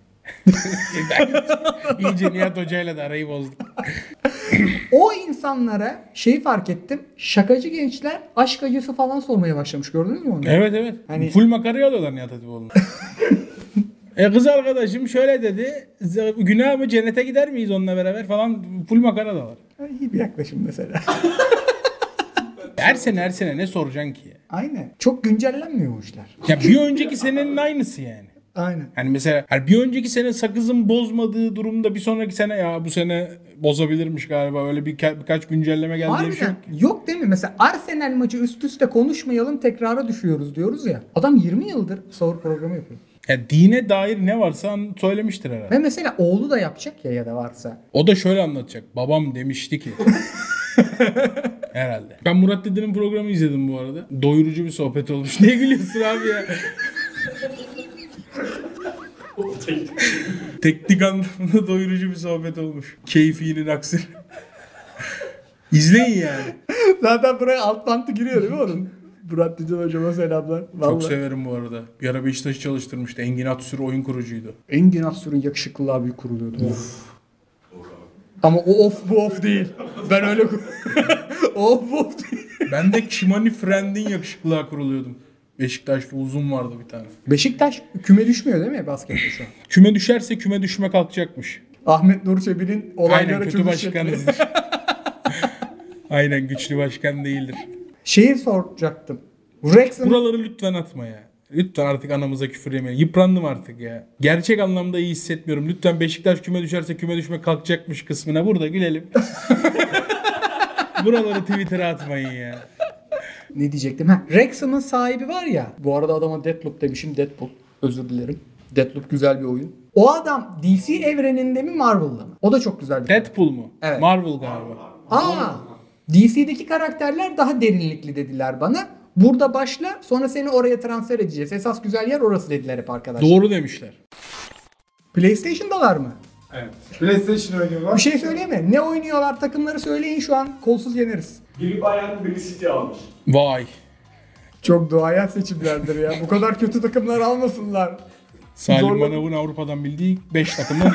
İyice Nihat Hoca'yla da arayı bozdum. O insanlara şeyi fark ettim. Şakacı gençler aşk acısı falan sormaya başlamış. Gördünüz mü onu? Evet evet. Hani- Full makarayı alıyorlar Nihat Hatipoğlu'na. e kız arkadaşım şöyle dedi. Günah mı cennete gider miyiz onunla beraber falan full makara da var. İyi bir yaklaşım mesela. Her sene her sene ne soracaksın ki? Aynen. Çok güncellenmiyor o işler. Ya bir önceki senenin aynısı yani. Aynen. Hani mesela hani bir önceki sene sakızın bozmadığı durumda bir sonraki sene ya bu sene bozabilirmiş galiba öyle bir birkaç güncelleme geldi diye bir şey Harbiden. yok. Yok değil mi? Mesela Arsenal maçı üst üste konuşmayalım tekrara düşüyoruz diyoruz ya. Adam yirmi yıldır sahur programı yapıyor. Ya dine dair ne varsa an- söylemiştir herhalde. Ve mesela oğlu da yapacak ya ya da varsa. O da şöyle anlatacak. Babam demişti ki. Herhalde. Ben Murat Dede'nin programı izledim bu arada. Doyurucu bir sohbet olmuş. Ne gülüyorsun abi ya? O tek- Teknik anlamda doyurucu bir sohbet olmuş. Keyfinin aksine. İzleyin yani. Zaten buraya alt bantı giriyor değil mi onun? Murat Düzen hocama selamlar. Çok Vallahi. severim bu arada. Bir ara Beşiktaş'ı çalıştırmıştı. Engin Atsür oyun kurucuydu. Engin Astur'un yakışıklılığa büyük kuruluyordu. Of. Ama o of bu of değil. Ben öyle kur- o of bu of değil. Ben de Kimani Friend'in yakışıklılığa kuruluyordum. Beşiktaşlı uzun vardı bir tane. Beşiktaş küme düşmüyor değil mi baskette şu an? Küme düşerse küme düşme kalkacakmış. Ahmet Nur Çebi'nin Aynen olaylara kötü çözüş şekli. başkanızdır. Aynen güçlü başkan değildir. Şeyi soracaktım. Wrexham Buraları lütfen atma ya. Lütfen artık anamıza küfür yemeyin. Yıprandım artık ya. Gerçek anlamda iyi hissetmiyorum. Lütfen Beşiktaş küme düşerse küme düşme kalkacakmış kısmına burada gülelim. Buraları Twitter'a atmayın ya. ne diyecektim? Ha, Wrexham'ın sahibi var ya. Bu arada adama Deathloop demişim. Deadpool. Özür dilerim. Deathloop güzel bir oyun. O adam D C evreninde mi Marvel'da mı? O da çok güzel bir şey. Deadpool mu? Evet. Marvel galiba. Aa, D C'deki karakterler daha derinlikli dediler bana. Burada başla, sonra seni oraya transfer edeceğiz. Esas güzel yer orası dediler hep arkadaşlar. Doğru demişler. PlayStation'dalar mı? Evet. PlayStation oynuyorlar. Bir şey söyleyeyim mi? Ne oynuyorlar takımları söyleyin, şu an kolsuz yeneriz. Biri Bayern, biri City almış. Vay. Çok duayen seçimlerdir ya. Bu kadar kötü takımlar almasınlar. Salim Zorla- Manav'ın Avrupa'dan bildiği beş takımdan.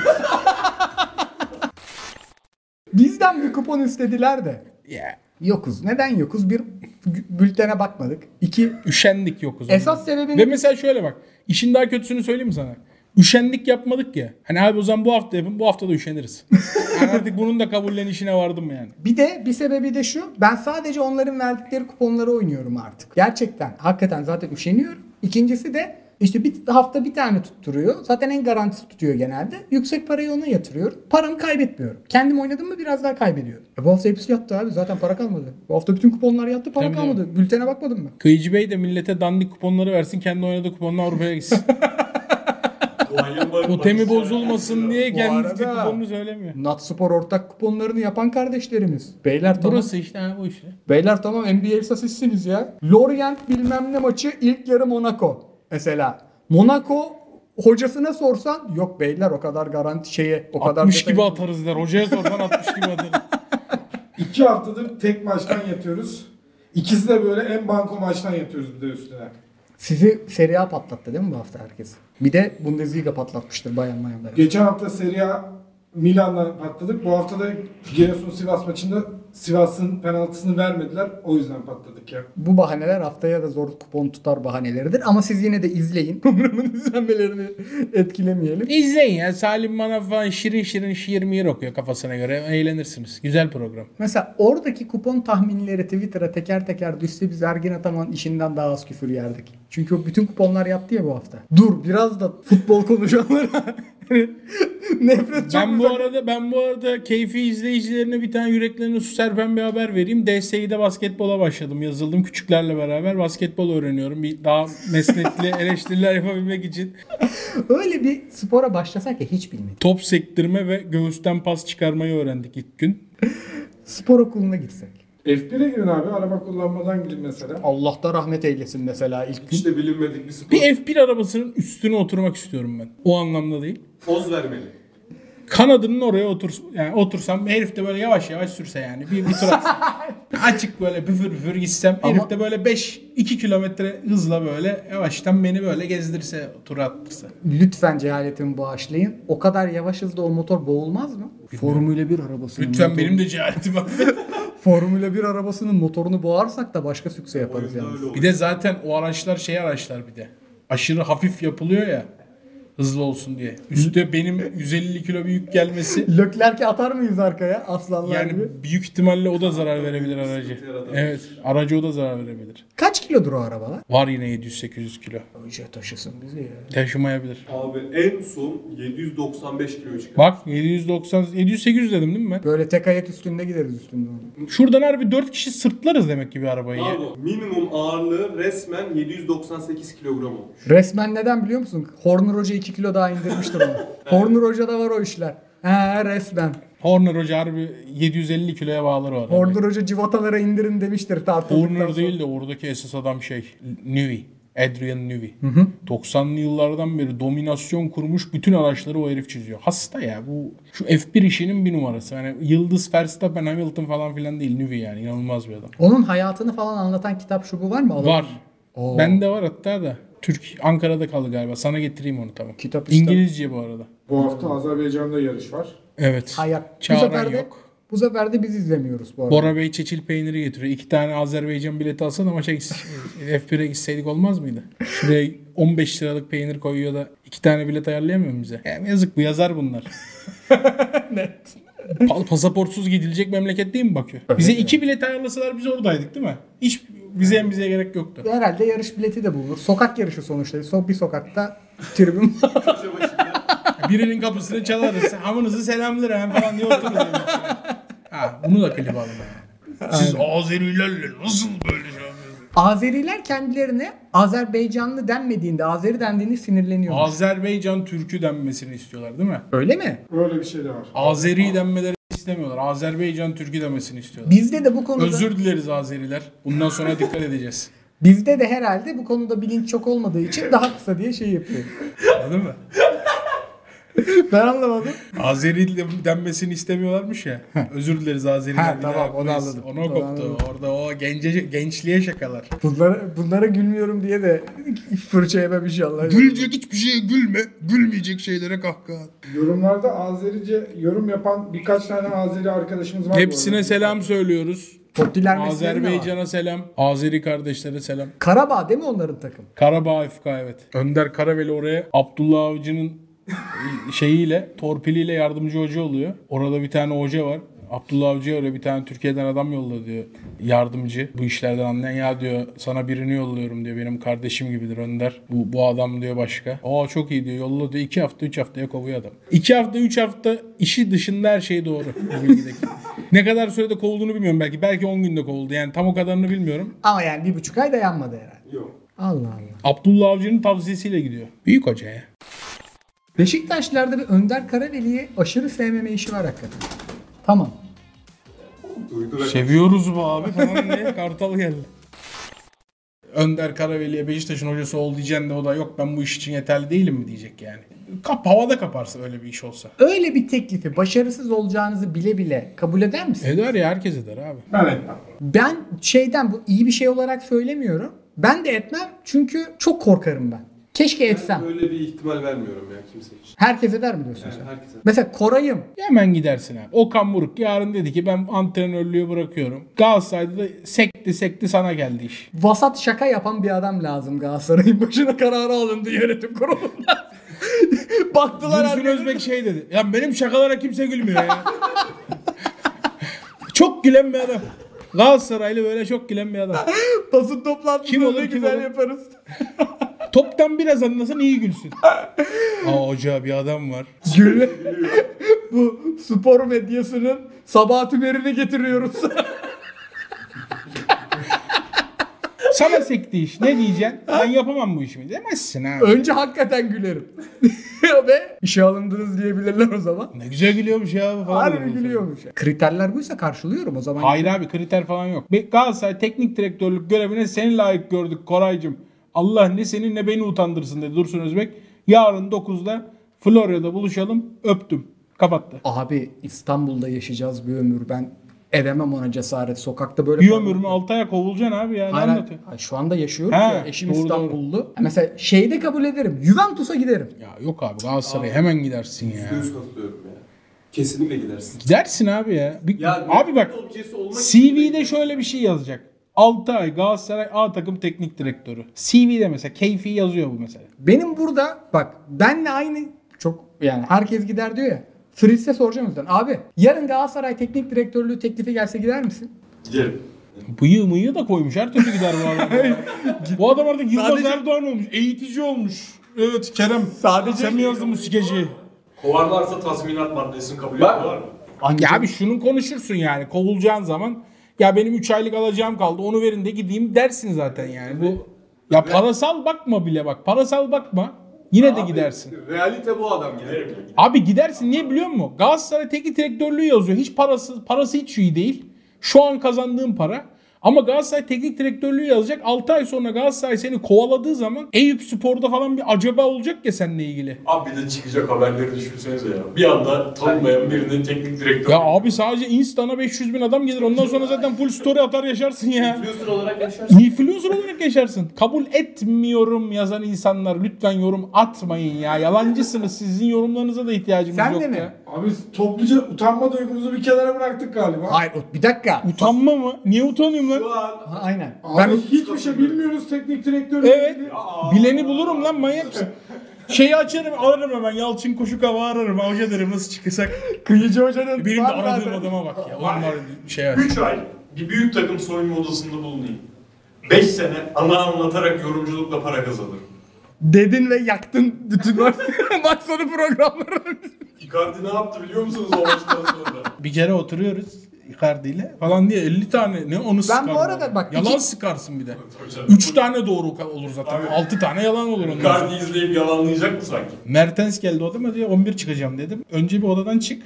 Bizden bir kupon istediler de. Ya. Yokuz. Neden yokuz? Bir, bültene bakmadık. İki, Üşendik yokuz. esas sebebini... Ve mesela şöyle bak. İşin daha kötüsünü söyleyeyim mi sana? Üşendik yapmadık ya. Hani abi o zaman bu hafta yapın, bu hafta da üşeniriz. Yani artık bunun da kabullenişine vardım yani. Bir de bir sebebi de şu. Ben sadece onların verdikleri kuponları oynuyorum artık. Gerçekten. Hakikaten zaten üşeniyorum. İkincisi de işte bir hafta bir tane tutturuyor. Zaten en garantisi tutuyor genelde. Yüksek parayı ona yatırıyorum. Paramı kaybetmiyorum. Kendim oynadım mı biraz daha kaybediyorum. E bu hafta hepsi yattı abi. Zaten para kalmadı. Bu hafta bütün kuponlar yattı, para Tabii kalmadı. Bültene bakmadın mı? Kıyıcı Bey de millete dandik kuponları versin. Kendi oynadığı kuponla Avrupa'ya gitsin. Totemi bozulmasın diye Bu kendi arada- kuponunu söylemiyor. Natspor ortak kuponlarını yapan kardeşlerimiz. Beyler tamam. Burası işte ha, bu işte. Beyler tamam, N B A sizsiniz ya. Lorient bilmem ne maçı ilk yarı Monaco. Mesela Monaco hocasına sorsan yok beyler o kadar garanti şeye o kadar altmış detay- gibi atarız der. Hocaya sorsan altmış gibi atarız. İki haftadır tek maçtan yatıyoruz. İkisi de böyle en banko maçtan yatıyoruz bir de üstüne. Sizi Serie A patlattı değil mi bu hafta herkes? Bir de Bundesliga patlatmıştır bayan bayanları. Geçen hafta Serie A Milan'la patladık. Bu hafta da Giresun Sivas maçında Sivas'ın penaltısını vermediler. O yüzden patladık ya. Bu bahaneler haftaya da zor kupon tutar bahaneleridir ama siz yine de izleyin. Programın izlenmelerini etkilemeyelim. İzleyin ya. Salim Manav falan şirin şirin şiir mihir okuyor kafasına göre. Eğlenirsiniz. Güzel program. Mesela oradaki kupon tahminleri Twitter'a teker teker düşse biz Ergin Ataman işinden daha az küfür yerdik. Çünkü o bütün kuponlar yaptı ya bu hafta. Dur biraz da futbol konuşanlara nefret çok Ben bu uzak. arada ben bu arada keyfi izleyicilerine bir tane yüreklerine su serpen bir haber vereyim. D S İ'de basketbola başladım. Yazıldım. Küçüklerle beraber basketbol öğreniyorum. Bir daha mesnetli eleştiriler yapabilmek için. Öyle bir spora başlasak ya, hiç bilmedik. Top sektirme ve göğüsten pas çıkarmayı öğrendik ilk gün. Spor okuluna gitsek. F bire girin abi. Araba kullanmadan gidin mesela. Allah da rahmet eylesin mesela ilk gün. Hiç de bilinmedik bir spor. Bir F bir arabasının üstüne oturmak istiyorum ben. O anlamda değil. Poz vermeli. Kanadının oraya otur, yani otursam herif de böyle yavaş yavaş sürse yani bir, bir tur atsam. Açık böyle püfür püfür gitsem Ama- herif de böyle beş iki kilometre hızla böyle yavaştan beni böyle gezdirse, tur attırsa. Lütfen cehaletimi bağışlayın. O kadar yavaş hızda o motor boğulmaz mı? Formula bir arabasının Lütfen motoru- benim de cehaletimi affet. Formula bir arabasının motorunu boğarsak da başka sükse yaparız Öyle yalnız. olur. Bir de zaten o araçlar şey araçlar bir de. Aşırı hafif yapılıyor ya. Hızlı olsun diye. Üstte benim yüz elli kilo bir yük gelmesi Leclerc'i atar mıyız arkaya aslanlar yani gibi? büyük ihtimalle o da zarar verebilir aracı. Sıkıntı yaratabilir. Evet, aracı o da zarar verebilir. Kaç kilodur o arabalar? Var yine yedi yüz sekiz yüz kilo. Önce taşısın bizi ya. Taşımayabilir. Abi en son yedi yüz doksan beş kilo çıkar. Bak yedi yüz doksan yedi yüz sekiz yüz dedim değil mi ben? Böyle tek ayak üstünde gideriz üstünde. Şuradan harbi dört kişi sırtlarız demek ki bir arabayı. ya. Pardon. Minimum ağırlığı resmen yedi yüz doksan sekiz kilogram olmuş. Resmen neden biliyor musun? Horner Hoca iki kilo daha indirmiştir onu. Horner Hoca'da var o işler. He resmen. Horner Hoca harbi yedi yüz elli kiloya bağlar o arabayı. Horner Hoca civatalara indirin demiştir tartıldıktan Horner sonra. değil de oradaki esas adam şey Newey. Adrian Newey. doksanlı yıllardan beri dominasyon kurmuş bütün araçları o herif çiziyor. Hasta ya bu şu F bir işinin bir numarası. Yani Yıldız, Verstappen, Hamilton falan filan değil Newey yani inanılmaz bir adam. Onun hayatını falan anlatan kitap şu bu var mı? Alalım. Var. Oo. Bende var hatta da. Türk Ankara'da kaldı galiba. Sana getireyim onu tamam. Kitap işte. İngilizce bu arada. Bu hafta Azerbaycan'da yarış var. Evet. Hayat. Bu Çağıran sefer de, yok. bu sefer de biz izlemiyoruz bu arada. Bora Bey çeçil peyniri getiriyor. İki tane Azerbaycan bileti alsa da maça gitsin. F bir'e gitseydik olmaz mıydı? Şuraya on beş liralık peynir koyuyor da iki tane bilet ayarlayamıyor mu bize? Yani yazık bu yazar bunlar. Net. Pa- pasaportsuz gidilecek memleket değil mi Bakü? Bize iki bilet ayarlasalar biz oradaydık değil mi? Hiç vizeye bize gerek yoktu. Herhalde yarış bileti de bulunur. Sokak yarışı sonuçta. So bir sokakta tribün Köşe başında Birinin kapısını çalarız. Hamınızı selamlarım falan diye otururuz. evin içine. Ha, bunu da klip alın. Siz Azerilerle nasıl böyle şey yapıyorsunuz? Azeriler kendilerine Azerbaycanlı denmediğinde, Azeri dendiğinde sinirleniyor. Azerbaycan Türkü denmesini istiyorlar değil mi? Öyle mi? Öyle bir şey de var. Azeri denmeleri istemiyorlar. Azerbaycan Türkü demesini istiyorlar. Bizde de bu konuda Özür dileriz Azeriler. Bundan sonra dikkat edeceğiz. bizde de herhalde bu konuda bilinç çok olmadığı için daha kısa diye şey yapıyor. Anladın mı? Ben anlamadım. Azeri denmesini istemiyorlarmış ya. Özür dileriz Azeriler. Ha, bir tamam, daha onu yapmayız. anladım. Onu Onu koptu. anladım. Orada o gence, gençliğe şakalar. Bunlara, bunlara gülmüyorum diye de fırça yemem inşallah. Gülecek hiçbir şeye gülme. Gülmeyecek şeylere kahkaha. Yorumlarda Azerice yorum yapan birkaç tane Azeri arkadaşımız var. bu Hepsine arada. selam söylüyoruz. Popüler mesleği ne var? Azerbaycan'a selam. Azeri kardeşlere selam. Karabağ değil mi onların takım? Karabağ F K evet. Önder Karaveli oraya Abdullah Avcı'nın şeyiyle, torpiliyle yardımcı hoca oluyor. Orada bir tane hoca var. Abdullah Avcı'ya öyle bir tane Türkiye'den adam yolla diyor. Yardımcı. Bu işlerden anlayan ya diyor sana birini yolluyorum diyor. Benim kardeşim gibidir Önder. Bu, bu adam diyor başka. Aa çok iyi diyor. Yolla diyor. iki hafta üç haftaya kovuyor adam. iki hafta üç hafta işi dışında her şey doğru. Bu bilgideki. Ne kadar sürede kovulduğunu bilmiyorum belki. Belki on günde kovuldu. Yani tam o kadarını bilmiyorum. Ama yani bir buçuk ay dayanmadı herhalde. Yok. Allah Allah. Abdullah Avcı'nın tavsiyesiyle gidiyor. Büyük hoca ya. Beşiktaşlarda bir Önder Karaveli'yi aşırı sevmeme işi var hakikaten. Tamam. Duydu ve Seviyoruz bu abi falan diye Kartal geldi. Önder Karaveli'ye Beşiktaş'ın hocası ol diyeceksin de o da yok ben bu iş için yeterli değilim mi diyecek yani. Kap havada kaparsa öyle bir iş olsa. Öyle bir teklifi başarısız olacağınızı bile bile kabul eder misin? Eder ya herkes eder abi. Ben etmem. Ben şeyden bu iyi bir şey olarak söylemiyorum. Ben de etmem çünkü çok korkarım ben. Keşke etsem. ben böyle bir ihtimal vermiyorum ya kimse için. Herkes eder mi diyorsun Yani sen? herkese. Mesela Koray'ım. Hemen gidersin abi. Okan Buruk yarın dedi ki ben antrenörlüğü bırakıyorum. Galatasaray'da da sekti sekti sana geldi iş. Vasat şaka yapan bir adam lazım Galatasaray'ın başına kararı alındı yönetim kurulunda. Baktılar Dursun herkese. Özbek şey dedi. Ya benim şakalara kimse gülmüyor ya. Çok gülen bir adam. Galatasaraylı böyle çok gülen bir adam. Basın toplantısını Kim olur, ne kim güzel olur? yaparız. Toptan biraz anlasın iyi gülsün. Aa hoca bir adam var. Gül. Bu spor medyasının Sabah Tümer'ini getiriyoruz. Sana sekti iş. Ne diyeceksin? Ben yapamam bu işimi. Demezsin abi. Önce hakikaten gülerim. Ve işe alındınız diyebilirler o zaman. Ne güzel gülüyormuş ya falan. Harbi diyorum. gülüyormuş. Kriterler buysa karşılıyorum o zaman. Hayır abi kriter falan yok. Bir Galatasaray teknik direktörlük görevine seni layık gördük Koraycığım. Allah ne seni ne beni utandırsın dedi Dursun Özbek. Yarın dokuzda Florya'da buluşalım. Öptüm. Kapattı. Abi İstanbul'da yaşayacağız bir ömür. Ben edemem ona cesaret. Sokakta böyle... Bir ömür mü altı aya kovulacaksın abi ya. Ne Hayır, anlatıyor? hayır, şu anda yaşıyorum He, ya. Eşim doğru, İstanbullu. Mesela şeyde kabul ederim. Juventus'a giderim. Ya yok abi Galatasaray'a hemen gidersin ya. Yüz katılıyorum ya. Kesinlikle gidersin. Gidersin abi ya. Bir- Ya abi bak objesi olmak C V'de şöyle bir şey yazacak. altı ay Galatasaray A takım teknik direktörü. C V'de mesela keyfi yazıyor bu mesela. Benim burada bak benle aynı çok yani herkes gider diyor ya. Fritz'e soracağım o yüzden. Abi yarın Galatasaray teknik direktörlüğü teklifi gelse gider misin? Giderim. Bıyığı mıyığı da koymuş. Her türlü gider bu adam. ya. Bu adam artık Yılmaz Sadece- Erdoğan olmuş. Eğitici olmuş. Evet Kerem. Sadece- Sen mi yazdın bu skeci? Kovarlarsa tazminat maddesini kabul Bak- ediyorlar mı? Ya abi şunun konuşursun yani. Kovulacağın zaman ya benim üç aylık alacağım kaldı onu verin de gideyim dersin zaten yani. Bu ya parasal bakma bile bak. Parasal bakma. Yine de Abi, gidersin. Realite bu adam ya. Giderim ya. Abi gidersin niye biliyor musun? Galatasaray teknik direktörlüğü yazıyor. Hiç parası parası hiç iyi değil. Şu an kazandığın para. Ama Galatasaray teknik direktörlüğü yazacak. altı ay sonra Galatasaray seni kovaladığı zaman Eyüp Spor'da falan bir acaba olacak ya seninle ilgili. Abi bir de çıkacak haberleri düşünsenize ya. Bir anda tanınmayan birinin teknik direktörü. Ya abi sadece Insta'na beş yüz bin adam gelir. Ondan sonra zaten full story atar yaşarsın ya. Influencer olarak yaşarsın. Influencer olarak yaşarsın. Kabul etmiyorum yazan insanlar lütfen yorum atmayın ya. Yalancısınız. Sizin yorumlarınıza da ihtiyacımız Sen yok de mi? ya. Abi topluca utanma duygumuzu bir kenara bıraktık galiba. Hayır o- bir dakika. Utanma mı? Niye utanıyorum lan? Şu an Ha, aynen. Abi Ben hiçbir şey bilmiyoruz teknik direktör. Evet. Bileni bulurum lan manyak mısın? Şeyi açarım ararım hemen Yalçın Koşukav'ı ararım. Hoca derim nasıl çıkırsak. Kıyıcı Hoca'nın Benim de var aradığım zaten. adama bak ya. Onlar şey var. üç ay bir büyük takım soyunma odasında bulunayım. beş sene ana anlatarak yorumculukla para kazanırım. Dedin ve yaktın bütün maç, maç sonu programları. Icardi ne yaptı biliyor musunuz o maçtan sonra? Bir kere oturuyoruz. Icardi ile falan diye elli tane ne onu sıkar. bu arada bak yalan iki- sıkarsın bir de. Tabii canım. üç tane doğru olur zaten. Abi. altı tane yalan olur ondan. Icardi izleyip yalanlayacak mı sanki? Mertens geldi odama diyor on bir çıkacağım dedim. Önce bir odadan çık.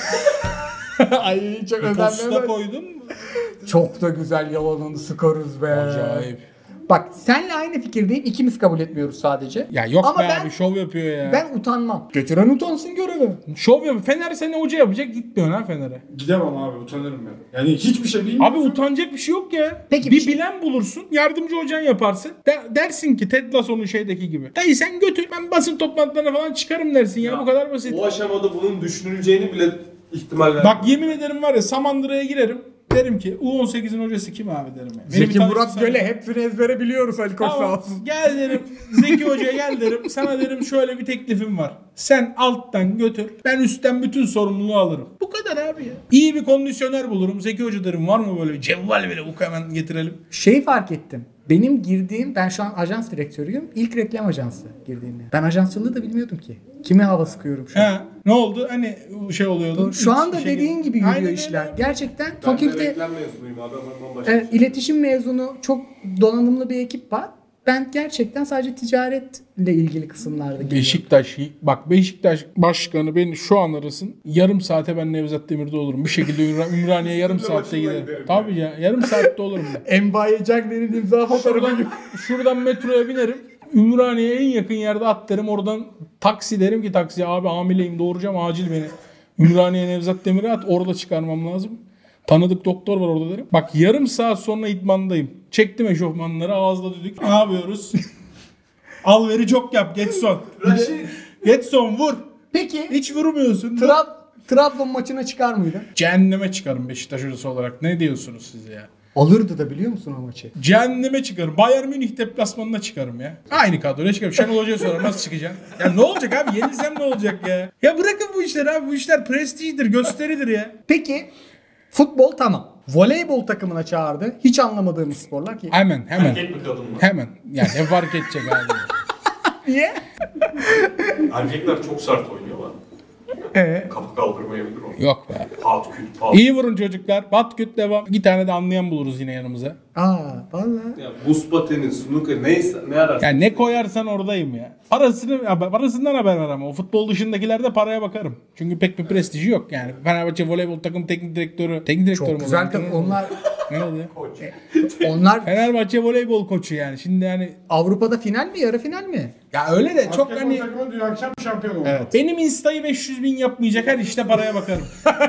Ay çok Posta özenli. koydum. Çok da güzel yalanını sıkarız be. Acayip. Bak senle aynı fikirdeyim. İkimiz kabul etmiyoruz sadece. Ya yok Ama be ben, abi şov yapıyor ya. ben utanmam. Götüren utansın görevi. Şov yapıyor. Fener seni hoca yapacak gitmiyorsun ha Fener'e. Gidemem abi, utanırım ben. Yani hiçbir şey bilmiyorum. Abi utanacak bir şey yok ya. Peki, bir bir şey- bilen bulursun. Yardımcı hocan yaparsın. De- dersin ki Ted Lasso'nun şeydeki gibi. Dayı sen götür ben basın toplantılarına falan çıkarım dersin ya. Ya, Bu kadar basit. O aşamada bunun düşünüleceğini bile ihtimal vermiyorum. Bak yemin ederim var ya Samandıra'ya girerim. Derim ki U on sekizin hocası kim abi derim ya. Beni bir Zeki tanıştırsan- Murat Göle hepsini ezbere biliyoruz Ali Koç sağ Tamam, olsun. gel derim. Zeki Hoca'ya gel derim. Sana derim şöyle bir teklifim var. Sen alttan götür. Ben üstten bütün sorumluluğu alırım. Bu kadar abi ya. İyi bir kondisyoner bulurum. Zeki Hoca derim var mı böyle bir cevval böyle bu hemen getirelim. Şey fark ettim. Benim girdiğim, ben şu an ajans direktörüyüm. İlk reklam ajansı girdiğimde. Ben ajansçılığı da bilmiyordum ki. Kime hava sıkıyorum şu an. He, ne oldu? Hani şey oluyordu. Şu Hiç anda şey dediğin gibi. gibi yürüyor Aynen işler. öyle. Gerçekten Ben de fakülte, reklam mezunuyum abi ama bambaşka. e, iletişim mezunu çok donanımlı bir ekip var. Ben gerçekten sadece ticaretle ilgili kısımlarda geliyorum. Beşiktaş, bak Beşiktaş başkanı beni şu an arasın. Yarım saate ben Nevzat Demir'de olurum. Bir şekilde Ümra- Ümraniye'ye yarım Üstünde saatte başımla giderim. giderim. Tabii ya yarım saatte olurum ben. Enbaye Cagney'in imza fotoğrafı gibi. Şuradan, şuradan metroya binerim. Ümraniye'ye en yakın yerde at derim. Oradan taksi derim ki taksiye abi hamileyim doğuracağım acil beni. Ümraniye Nevzat Demir'e at orada çıkarmam lazım. Tanıdık doktor var orada derim. Bak yarım saat sonra idmandayım. Çektim eşofmanları ağızla düdük. Ne yapıyoruz? Al veri çok yap geç son. Raşit. Geç son vur. Peki Hiç vurmuyorsun. Trab Trabzon maçına çıkar mıydı? Cehenneme çıkarım Beşiktaş hocası olarak. Ne diyorsunuz siz ya? Alırdı da biliyor musun o maçı? Cehenneme çıkarım. Bayern Münih deplasmanına çıkarım ya. Aynı kadroya çıkarım. Şenol Hoca'ya sorar nasıl çıkacaksın? Ya ne olacak abi? Yenilsem ne olacak ya? Ya bırakın bu işleri abi. Bu işler prestijdir, gösteridir ya. Peki futbol tamam. Voleybol takımına çağırdı. Hiç anlamadığımız sporlar ki. Hemen hemen. Erkek mi kadın mı? Hemen. Yani ne fark edecek abi? Niye? Erkekler çok sert oynuyorlar. Ee? Kafa kaldırmayabilir onu. Yok be. Pat küt pat. İyi vurun çocuklar. Bat küt devam. Bir tane de anlayan buluruz yine yanımıza. Aa vallahi. Ya buz pateni, snooker neyse ne ararsın. Yani ne koyarsan oradayım ya. Parasını, ya parasından haber ver ama. O futbol dışındakilerde paraya bakarım. Çünkü pek bir prestiji yok yani. Fenerbahçe voleybol takım teknik direktörü. Teknik direktör Çok mü güzel oluyor? takım. Onlar Ne oluyor? onlar Fenerbahçe voleybol koçu yani. Şimdi yani Avrupa'da final mi, yarı final mi? ya öyle de çok Basketbol hani takımı dün akşam şampiyon oldu. Evet. benim insta'yı beş yüz bin yapmayacak her işte paraya bakarım.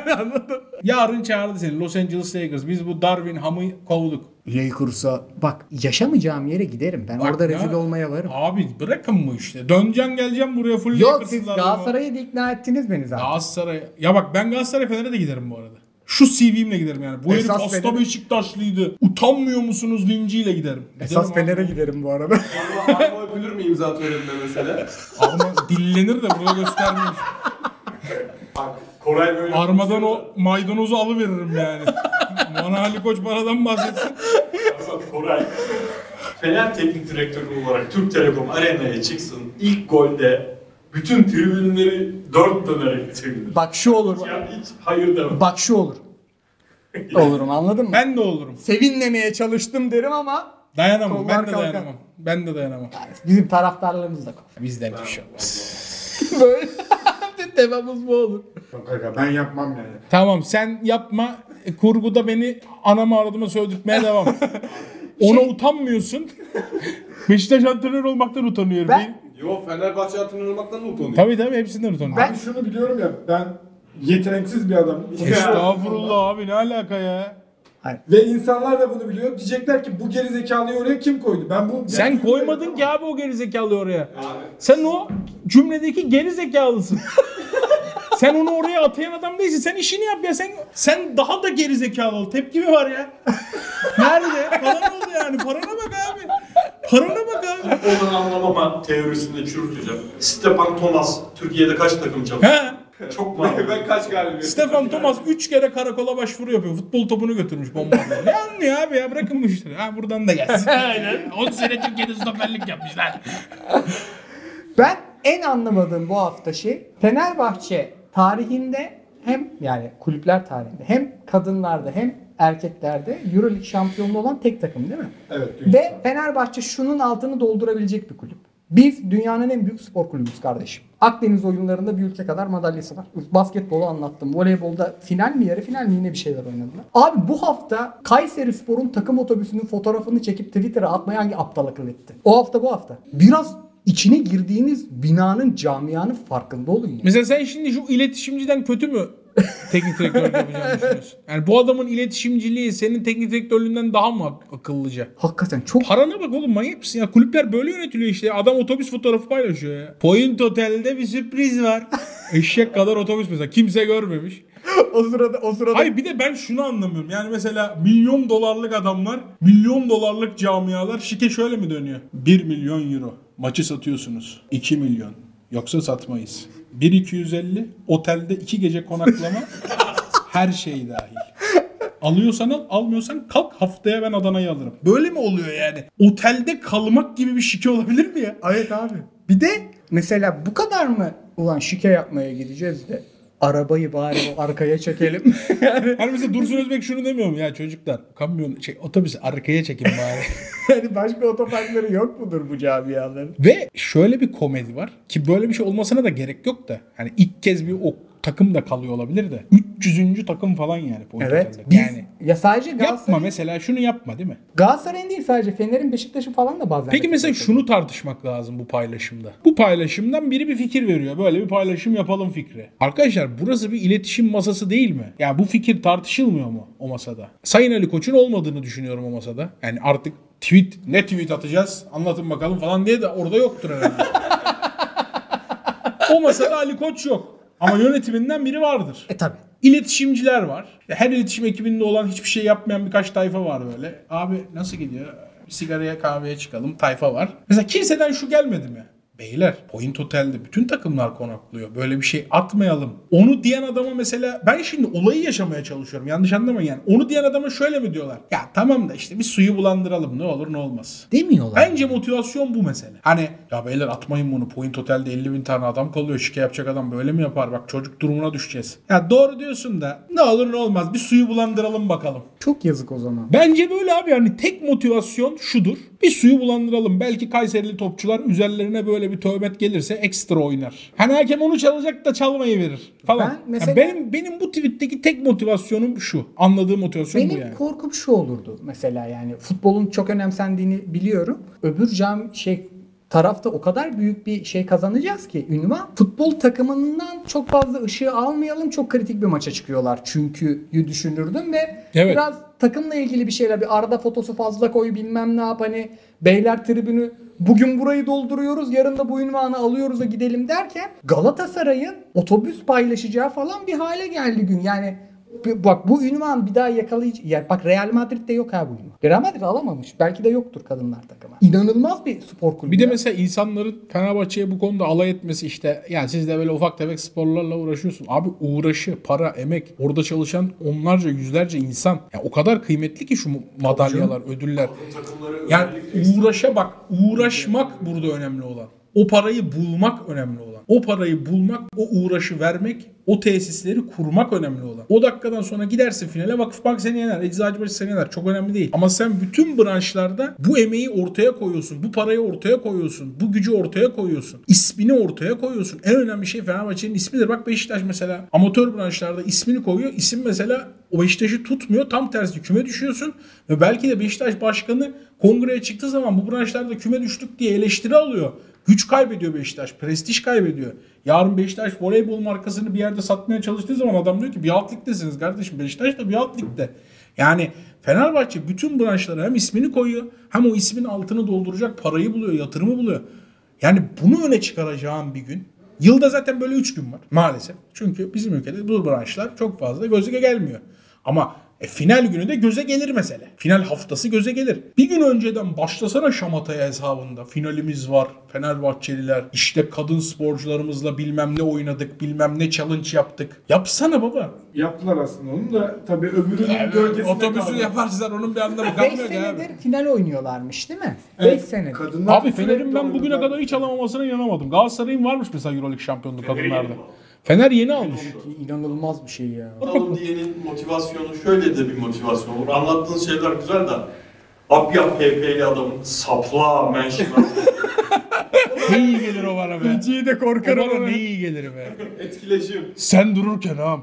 Yarın çağırdı seni Los Angeles Lakers. Biz bu Darwin Ham'ı kovduk. Lakers'a bak yaşamayacağım yere giderim. Ben Bak orada ya, rezil olmaya varım. Abi bırakın bu işte. Döneceksin geleceğim buraya full Yok Lakers'ı siz lazım. Galatasaray'ı da ikna ettiniz beni zaten. Galatasaray. Ya bak ben Galatasaray Fener'e de giderim bu arada. Şu C V'imle giderim yani. Bu herif Esas hasta Fener'e- Beşiktaşlıydı. Utanmıyor musunuz linciyle giderim. Esas Giderim Fener'e abi. giderim bu arada. Arma, arma öpülür mü imza töreninde mesela? Arma dillenir de burada göstermiyor. Bak Koray böyle Armadan o konuşuyor maydanozu alıveririm yani. Bana Ali Koç paradan bahsetsin. da, bak Koray Fener teknik direktörü olarak Türk Telekom Arena'ya çıksın. İlk golde bütün tribünleri dört dönerek sevinir. Bak şu olur. Ya hiç hayır demem. Bak şu olur. Olurum anladın mı? Ben de olurum. Sevinmemeye çalıştım derim ama Dayanamam. Kollar Ben de kalkar. dayanamam. Ben de dayanamam. bizim taraftarlarımız da kov. Bizden bir şey olmaz. Böyle temamız bu olur. Yok aga, ben yapmam yani. Tamam sen yapma. E, Kurguda beni anama aradıma sövdürtmeye devam. Ona utanmıyorsun. Beşiktaş antrenör olmaktan utanıyorum. Ben- Yo Fenerbahçe antrenör olmaktan mı utanıyor? Tabii tabii hepsinden utanıyorum. Ben- Abi şunu biliyorum ya, ben yeteneksiz bir adamım. Estağfurullah abi ne alaka ya? Ve insanlar da bunu biliyor. Diyecekler ki bu geri zekalıyı oraya kim koydu? Ben bu Sen koymadın ki abi o gerizekalıyı oraya. Sen o cümledeki gerizekalısın. Sen onu oraya atayan adam değilsin. Sen işini yap ya. Sen sen daha da gerizekalı ol. Tepki mi var ya? Nerede? Paran oldu yani. Parana bak abi. Parana bak abi. Onu anlamama teorisinde çürüteceğim. Stepan Thomas Türkiye'de kaç takım çalışıyor? He. Çok mal. Ben kaç galibiyet? Stefan Thomas üç kere karakola başvuru yapıyor. Futbol topunu götürmüş bombardıya. Ne anlıyor abi ya? Bırakın bu işleri. Ha buradan da gelsin. Aynen. on sene Türkiye'de stoperlik yapmışlar. Ben en anlamadığım bu hafta şey Fenerbahçe tarihinde hem yani kulüpler tarihinde hem kadınlarda hem erkeklerde Euroleague şampiyonluğu olan tek takım değil mi? Evet. Ve Fenerbahçe şunun altını doldurabilecek bir kulüp. Biz dünyanın en büyük spor kulübüyüz kardeşim. Akdeniz oyunlarında bir ülke kadar madalyası var. Basketbolu anlattım. Voleybolda final mi yarı final mi yine bir şeyler oynadılar. Abi bu hafta Kayserispor'un takım otobüsünün fotoğrafını çekip Twitter'a atmaya hangi aptal akıl etti? O hafta bu hafta. Biraz içine girdiğiniz binanın, camianın farkında olun ya. Mesela sen şimdi şu iletişimciden kötü mü teknik direktörlük yapacağını düşünüyorsun? Yani bu adamın iletişimciliği senin teknik direktörlüğünden daha mı ak- akıllıca? Hakikaten çok... Parana bak oğlum, manyak mısın ya? Kulüpler böyle yönetiliyor işte. Adam otobüs fotoğrafı paylaşıyor ya. Point Otel'de bir sürpriz var. Eşek kadar otobüs mesela. Kimse görmemiş. o sırada o sırada Hayır bir de ben şunu anlamıyorum. Yani mesela milyon dolarlık adamlar, milyon dolarlık camialar şike şöyle mi dönüyor? bir milyon euro. Maçı satıyorsunuz. iki milyon. Yoksa satmayız. bir iki yüz elli. Otelde iki gece konaklama. Her şey dahil. Alıyorsan al, almıyorsan kalk, haftaya ben Adana'yı alırım. Böyle mi oluyor yani? Otelde kalmak gibi bir şike olabilir mi ya? Evet abi. Bir de mesela bu kadar mı ulan şike yapmaya gideceğiz de arabayı bari o arkaya çekelim. yani, Hani mesela Dursun Özbek şunu demiyor mu ya çocuklar? Kamyon, şey, otobüsü arkaya çekin bari. yani başka otoparkları yok mudur bu camiaların? Ve şöyle bir komedi var ki böyle bir şey olmasına da gerek yok da. Hani ilk kez bir o takım da kalıyor olabilir de. üç yüzüncü takım falan yani. Point Evet. Hotel'de. Biz, Yani ya sadece yapma Galatasaray, mesela, şunu yapma değil mi? Galatasaray'ın değil sadece Fener'in, Beşiktaş'ın falan da bazen. Peki mesela şunu tartışmak lazım bu paylaşımda. Bu paylaşımdan biri bir fikir veriyor. Böyle bir paylaşım yapalım fikri. Arkadaşlar burası bir iletişim masası değil mi? Yani bu fikir tartışılmıyor mu o masada? Sayın Ali Koç'un olmadığını düşünüyorum o masada. Yani artık tweet, ne tweet atacağız anlatın bakalım falan diye de orada yoktur herhalde. O masada Ali Koç yok. Ama yönetiminden biri vardır. E tabi. İletişimciler var. Her iletişim ekibinde olan hiçbir şey yapmayan birkaç tayfa var böyle. Abi nasıl gidiyor? Bir sigaraya kahveye çıkalım tayfa var. Mesela kimseden şu gelmedi mi? Beyler Point Otel'de bütün takımlar konaklıyor. Böyle bir şey atmayalım. Onu diyen adama mesela ben şimdi olayı yaşamaya çalışıyorum. Yanlış anlamayın yani. Onu diyen adama şöyle mi diyorlar? Ya tamam da işte bir suyu bulandıralım ne olur ne olmaz. Demiyorlar. Bence motivasyon bu mesele. Hani ya beyler atmayın bunu. Point Otel'de elli bin tane adam kalıyor. Şike yapacak adam böyle mi yapar? Bak çocuk durumuna düşeceğiz. Ya doğru diyorsun da ne olur ne olmaz. Bir suyu bulandıralım bakalım. Çok yazık o zaman. Bence böyle abi, yani tek motivasyon şudur. Bir suyu bulandıralım. Belki Kayserili topçular üzerlerine böyle bir töhmet gelirse ekstra oynar. Hani hakem onu çalacak da çalmayı verir falan. Ben mesela- Ya benim benim bu tweetteki tek motivasyonum şu. Anladığım motivasyon bu Benim yani. korkum şu olurdu mesela, yani futbolun çok önemsendiğini biliyorum. Öbür cam şey tarafta o kadar büyük bir şey kazanacağız ki ünvan. Futbol takımından çok fazla ışığı almayalım. Çok kritik bir maça çıkıyorlar çünkü düşünürdüm ve Evet. biraz takımla ilgili bir şeyler, bir Arda fotosu fazla koy bilmem ne yap, hani beyler tribünü bugün burayı dolduruyoruz yarın da bu ünvanı alıyoruz da gidelim derken Galatasaray'ın otobüs paylaşacağı falan bir hale geldi gün. Yani b- bak bu ünvan bir daha yakalayıcı. Ya bak Real Madrid'de yok ha bu ünvan. Real Madrid alamamış. Belki de yoktur kadınlar takımı. İnanılmaz bir spor kulübü. Bir de ya. mesela insanların Fenerbahçe'ye bu konuda alay etmesi, işte yani siz de böyle ufak tefek sporlarla uğraşıyorsun. Abi uğraşı, para, emek, orada çalışan onlarca yüzlerce insan. Ya o kadar kıymetli ki şu madalyalar, ödüller. Takımları Yani özellikle uğraşa bak, uğraşmak burada önemli olan. O parayı bulmak önemli olan. O parayı bulmak, o uğraşı vermek, o tesisleri kurmak önemli olan. O dakikadan sonra gidersin finale, Vakıfbank seni yener, Eczacıbaşı seni yener. Çok önemli değil. Ama sen bütün branşlarda bu emeği ortaya koyuyorsun. Bu parayı ortaya koyuyorsun. Bu gücü ortaya koyuyorsun. İsmini ortaya koyuyorsun. En önemli şey Fenerbahçe'nin ismidir. Bak Beşiktaş mesela amatör branşlarda ismini koyuyor. İsim mesela o Beşiktaş'ı tutmuyor. Tam tersi küme düşüyorsun. Ve belki de Beşiktaş başkanı kongreye çıktığı zaman bu branşlarda küme düştük diye eleştiri alıyor. Güç kaybediyor Beşiktaş. Prestij kaybediyor. Yarın Beşiktaş voleybol markasını bir yerde satmaya çalıştığı zaman adam diyor ki bir alt ligdesiniz kardeşim. Beşiktaş da bir alt ligde. Yani Fenerbahçe bütün branşlara hem ismini koyuyor hem o ismin altını dolduracak parayı buluyor, yatırımı buluyor. Yani bunu öne çıkaracağım bir gün. Yılda zaten böyle üç gün var maalesef. Çünkü bizim ülkede bu branşlar çok fazla göze gelmiyor. Ama E final günü de göze gelir mesele. Final haftası göze gelir. Bir gün önceden başlasana şamataya hesabında. Finalimiz var. Fenerbahçeliler. İşte kadın sporcularımızla bilmem ne oynadık. Bilmem ne challenge yaptık. Yapsana baba. Yaptılar aslında onu da tabii öbürünün Yani gölgesinde otobüsü kaldı. yaparsan onun bir anlamı beş kalmıyor ki abi. senedir final oynuyorlarmış değil mi? beş Evet, senedir. kadınlar Abi sürekli Fener'in ben bugüne oynadılar. kadar hiç alamamasına inanamadım. Galatasaray'ın varmış mesela Euroleague şampiyonluğu kadınlarda. Fener yeni almış. İnanılmaz bir şey ya. Alalım diyenin motivasyonu şöyle de bir motivasyon olur. Anlattığınız şeyler güzel de Apya P P'li adamın sapla menşin. Ne iyi gelir o bana be. Feci'yi de O korkarım. bana ne iyi gelir be. Etkileşim. Sen dururken ağam.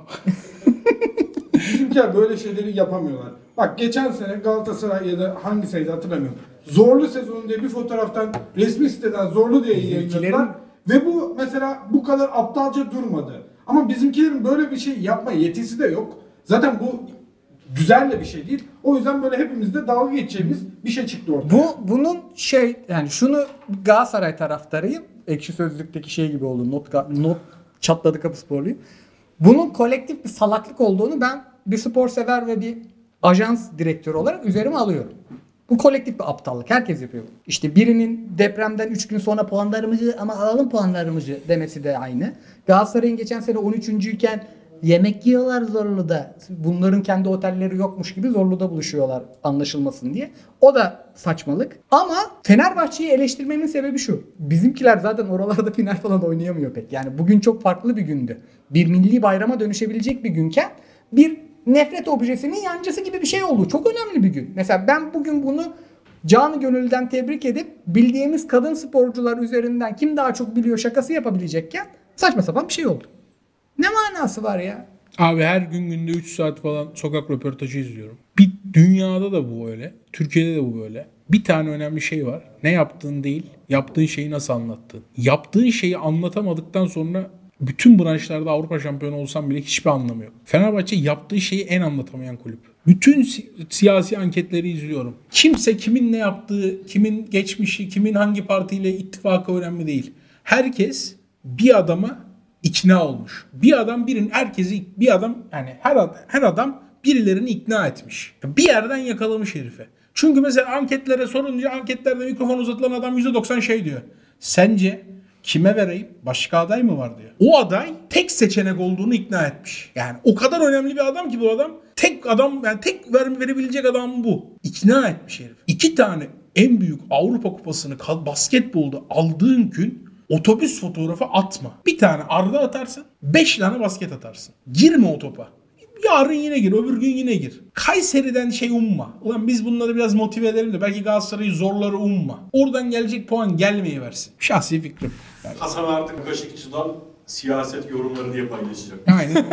Bizimkiler böyle şeyleri yapamıyorlar. Bak geçen sene Galatasaray ya da hangisiydi hatırlamıyorum. Zorlu sezonu diye bir fotoğraftan resmi siteden zorlu diye yayınladılar. Ve bu mesela bu kadar aptalca durmadı. Ama bizimkilerin böyle bir şey yapma yetisi de yok. Zaten bu güzel de bir şey değil. O yüzden böyle hepimizde dalga geçeceğimiz bir şey çıktı ortaya. Bu bunun şey yani şunu Galatasaray taraftarıyım. Ekşi Sözlük'teki şey gibi oldu. Not not çatladı kapı sporluyum. Bunun kolektif bir salaklık olduğunu ben bir spor sever ve bir ajans direktörü olarak üzerime alıyorum. Bu kolektif bir aptallık. Herkes yapıyor. İşte birinin depremden üç gün sonra puanlarımızı ama alalım puanlarımızı demesi de aynı. Galatasaray'ın geçen sene on üçüncüyken yemek yiyorlar Zorlu'da. Bunların kendi otelleri yokmuş gibi Zorlu'da buluşuyorlar anlaşılmasın diye. O da saçmalık. Ama Fenerbahçe'yi eleştirmemin sebebi şu. Bizimkiler zaten oralarda final falan oynayamıyor pek. Yani bugün çok farklı bir gündü. Bir milli bayrama dönüşebilecek bir günken bir nefret objesinin yancısı gibi bir şey oldu. Çok önemli bir gün. Mesela ben bugün bunu canı gönülden tebrik edip bildiğimiz kadın sporcular üzerinden kim daha çok biliyor şakası yapabilecekken saçma sapan bir şey oldu. Ne manası var ya? Abi her gün günde üç saat falan sokak röportajı izliyorum. Bir dünyada da bu öyle. Türkiye'de de bu böyle. Bir tane önemli şey var. Ne yaptığın değil, yaptığın şeyi nasıl anlattığın. Yaptığın şeyi anlatamadıktan sonra bütün branşlarda Avrupa şampiyonu olsam bile hiçbir anlamı yok. Fenerbahçe yaptığı şeyi en anlatamayan kulüp. Bütün si- siyasi anketleri izliyorum. Kimse kimin ne yaptığı, kimin geçmişi, kimin hangi partiyle ittifakı önemli değil. Herkes bir adama ikna olmuş. Bir adam birin herkesi bir adam yani her adam, her adam birilerini ikna etmiş. Bir yerden yakalamış herife. Çünkü mesela anketlere sorunca anketlerde mikrofon uzatılan adam yüzde doksan şey diyor. Sence kime vereyim? Başka aday mı var diyor. O aday tek seçenek olduğunu ikna etmiş. Yani o kadar önemli bir adam ki bu adam. Tek adam yani tek ver, verebilecek adam bu. İkna etmiş herif. İki tane en büyük Avrupa kupasını basketbolda aldığın gün otobüs fotoğrafı atma. Bir tane Arda atarsın, beş tane basket atarsın. Girme o topa. Yarın yine gir, öbür gün yine gir. Kayseri'den şey umma. Ulan biz bunları biraz motive edelim de belki Galatasaray'ı zorları umma. Oradan gelecek puan gelmeye versin. Şahsi fikrim. Yani. Hasan artık Kaşıkçı'dan siyaset yorumları diye paylaşacak. Aynen.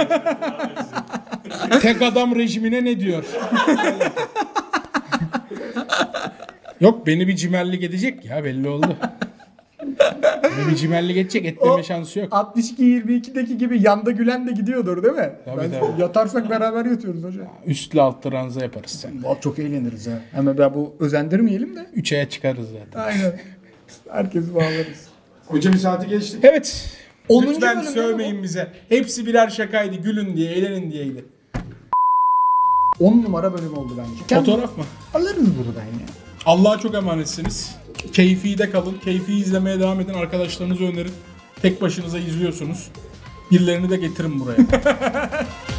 Tek adam rejimine ne diyor? Yok beni bir cimerlik edecek ya belli oldu. Beni bir cimerlik edecek etmeme O şansı yok. altmış iki yirmi ikideki gibi yanda gülen de gidiyordur değil mi? Tabii, Ben- tabii. Yatarsak beraber yatıyoruz hocam. Üstlü altlı ranza yaparız sen. Vallahi çok eğleniriz ha. Ama ben bu özendirmeyelim de. Üç aya çıkarız zaten. Aynen. Herkesi bağlarız. Hoca bir saati geçtik. Evet. onuncu Lütfen bölüm sövmeyin değil mi bize. Hepsi birer şakaydı. Gülün diye, eğlenin diyeydi. on numara bölüm oldu bence. Fotoğraf mı? Alırız buradan ya. Allah'a çok emanetsiniz. Keyfi de kalın. Keyfi izlemeye devam edin. Arkadaşlarınızı önerin. Tek başınıza izliyorsunuz. Birilerini de getirin buraya.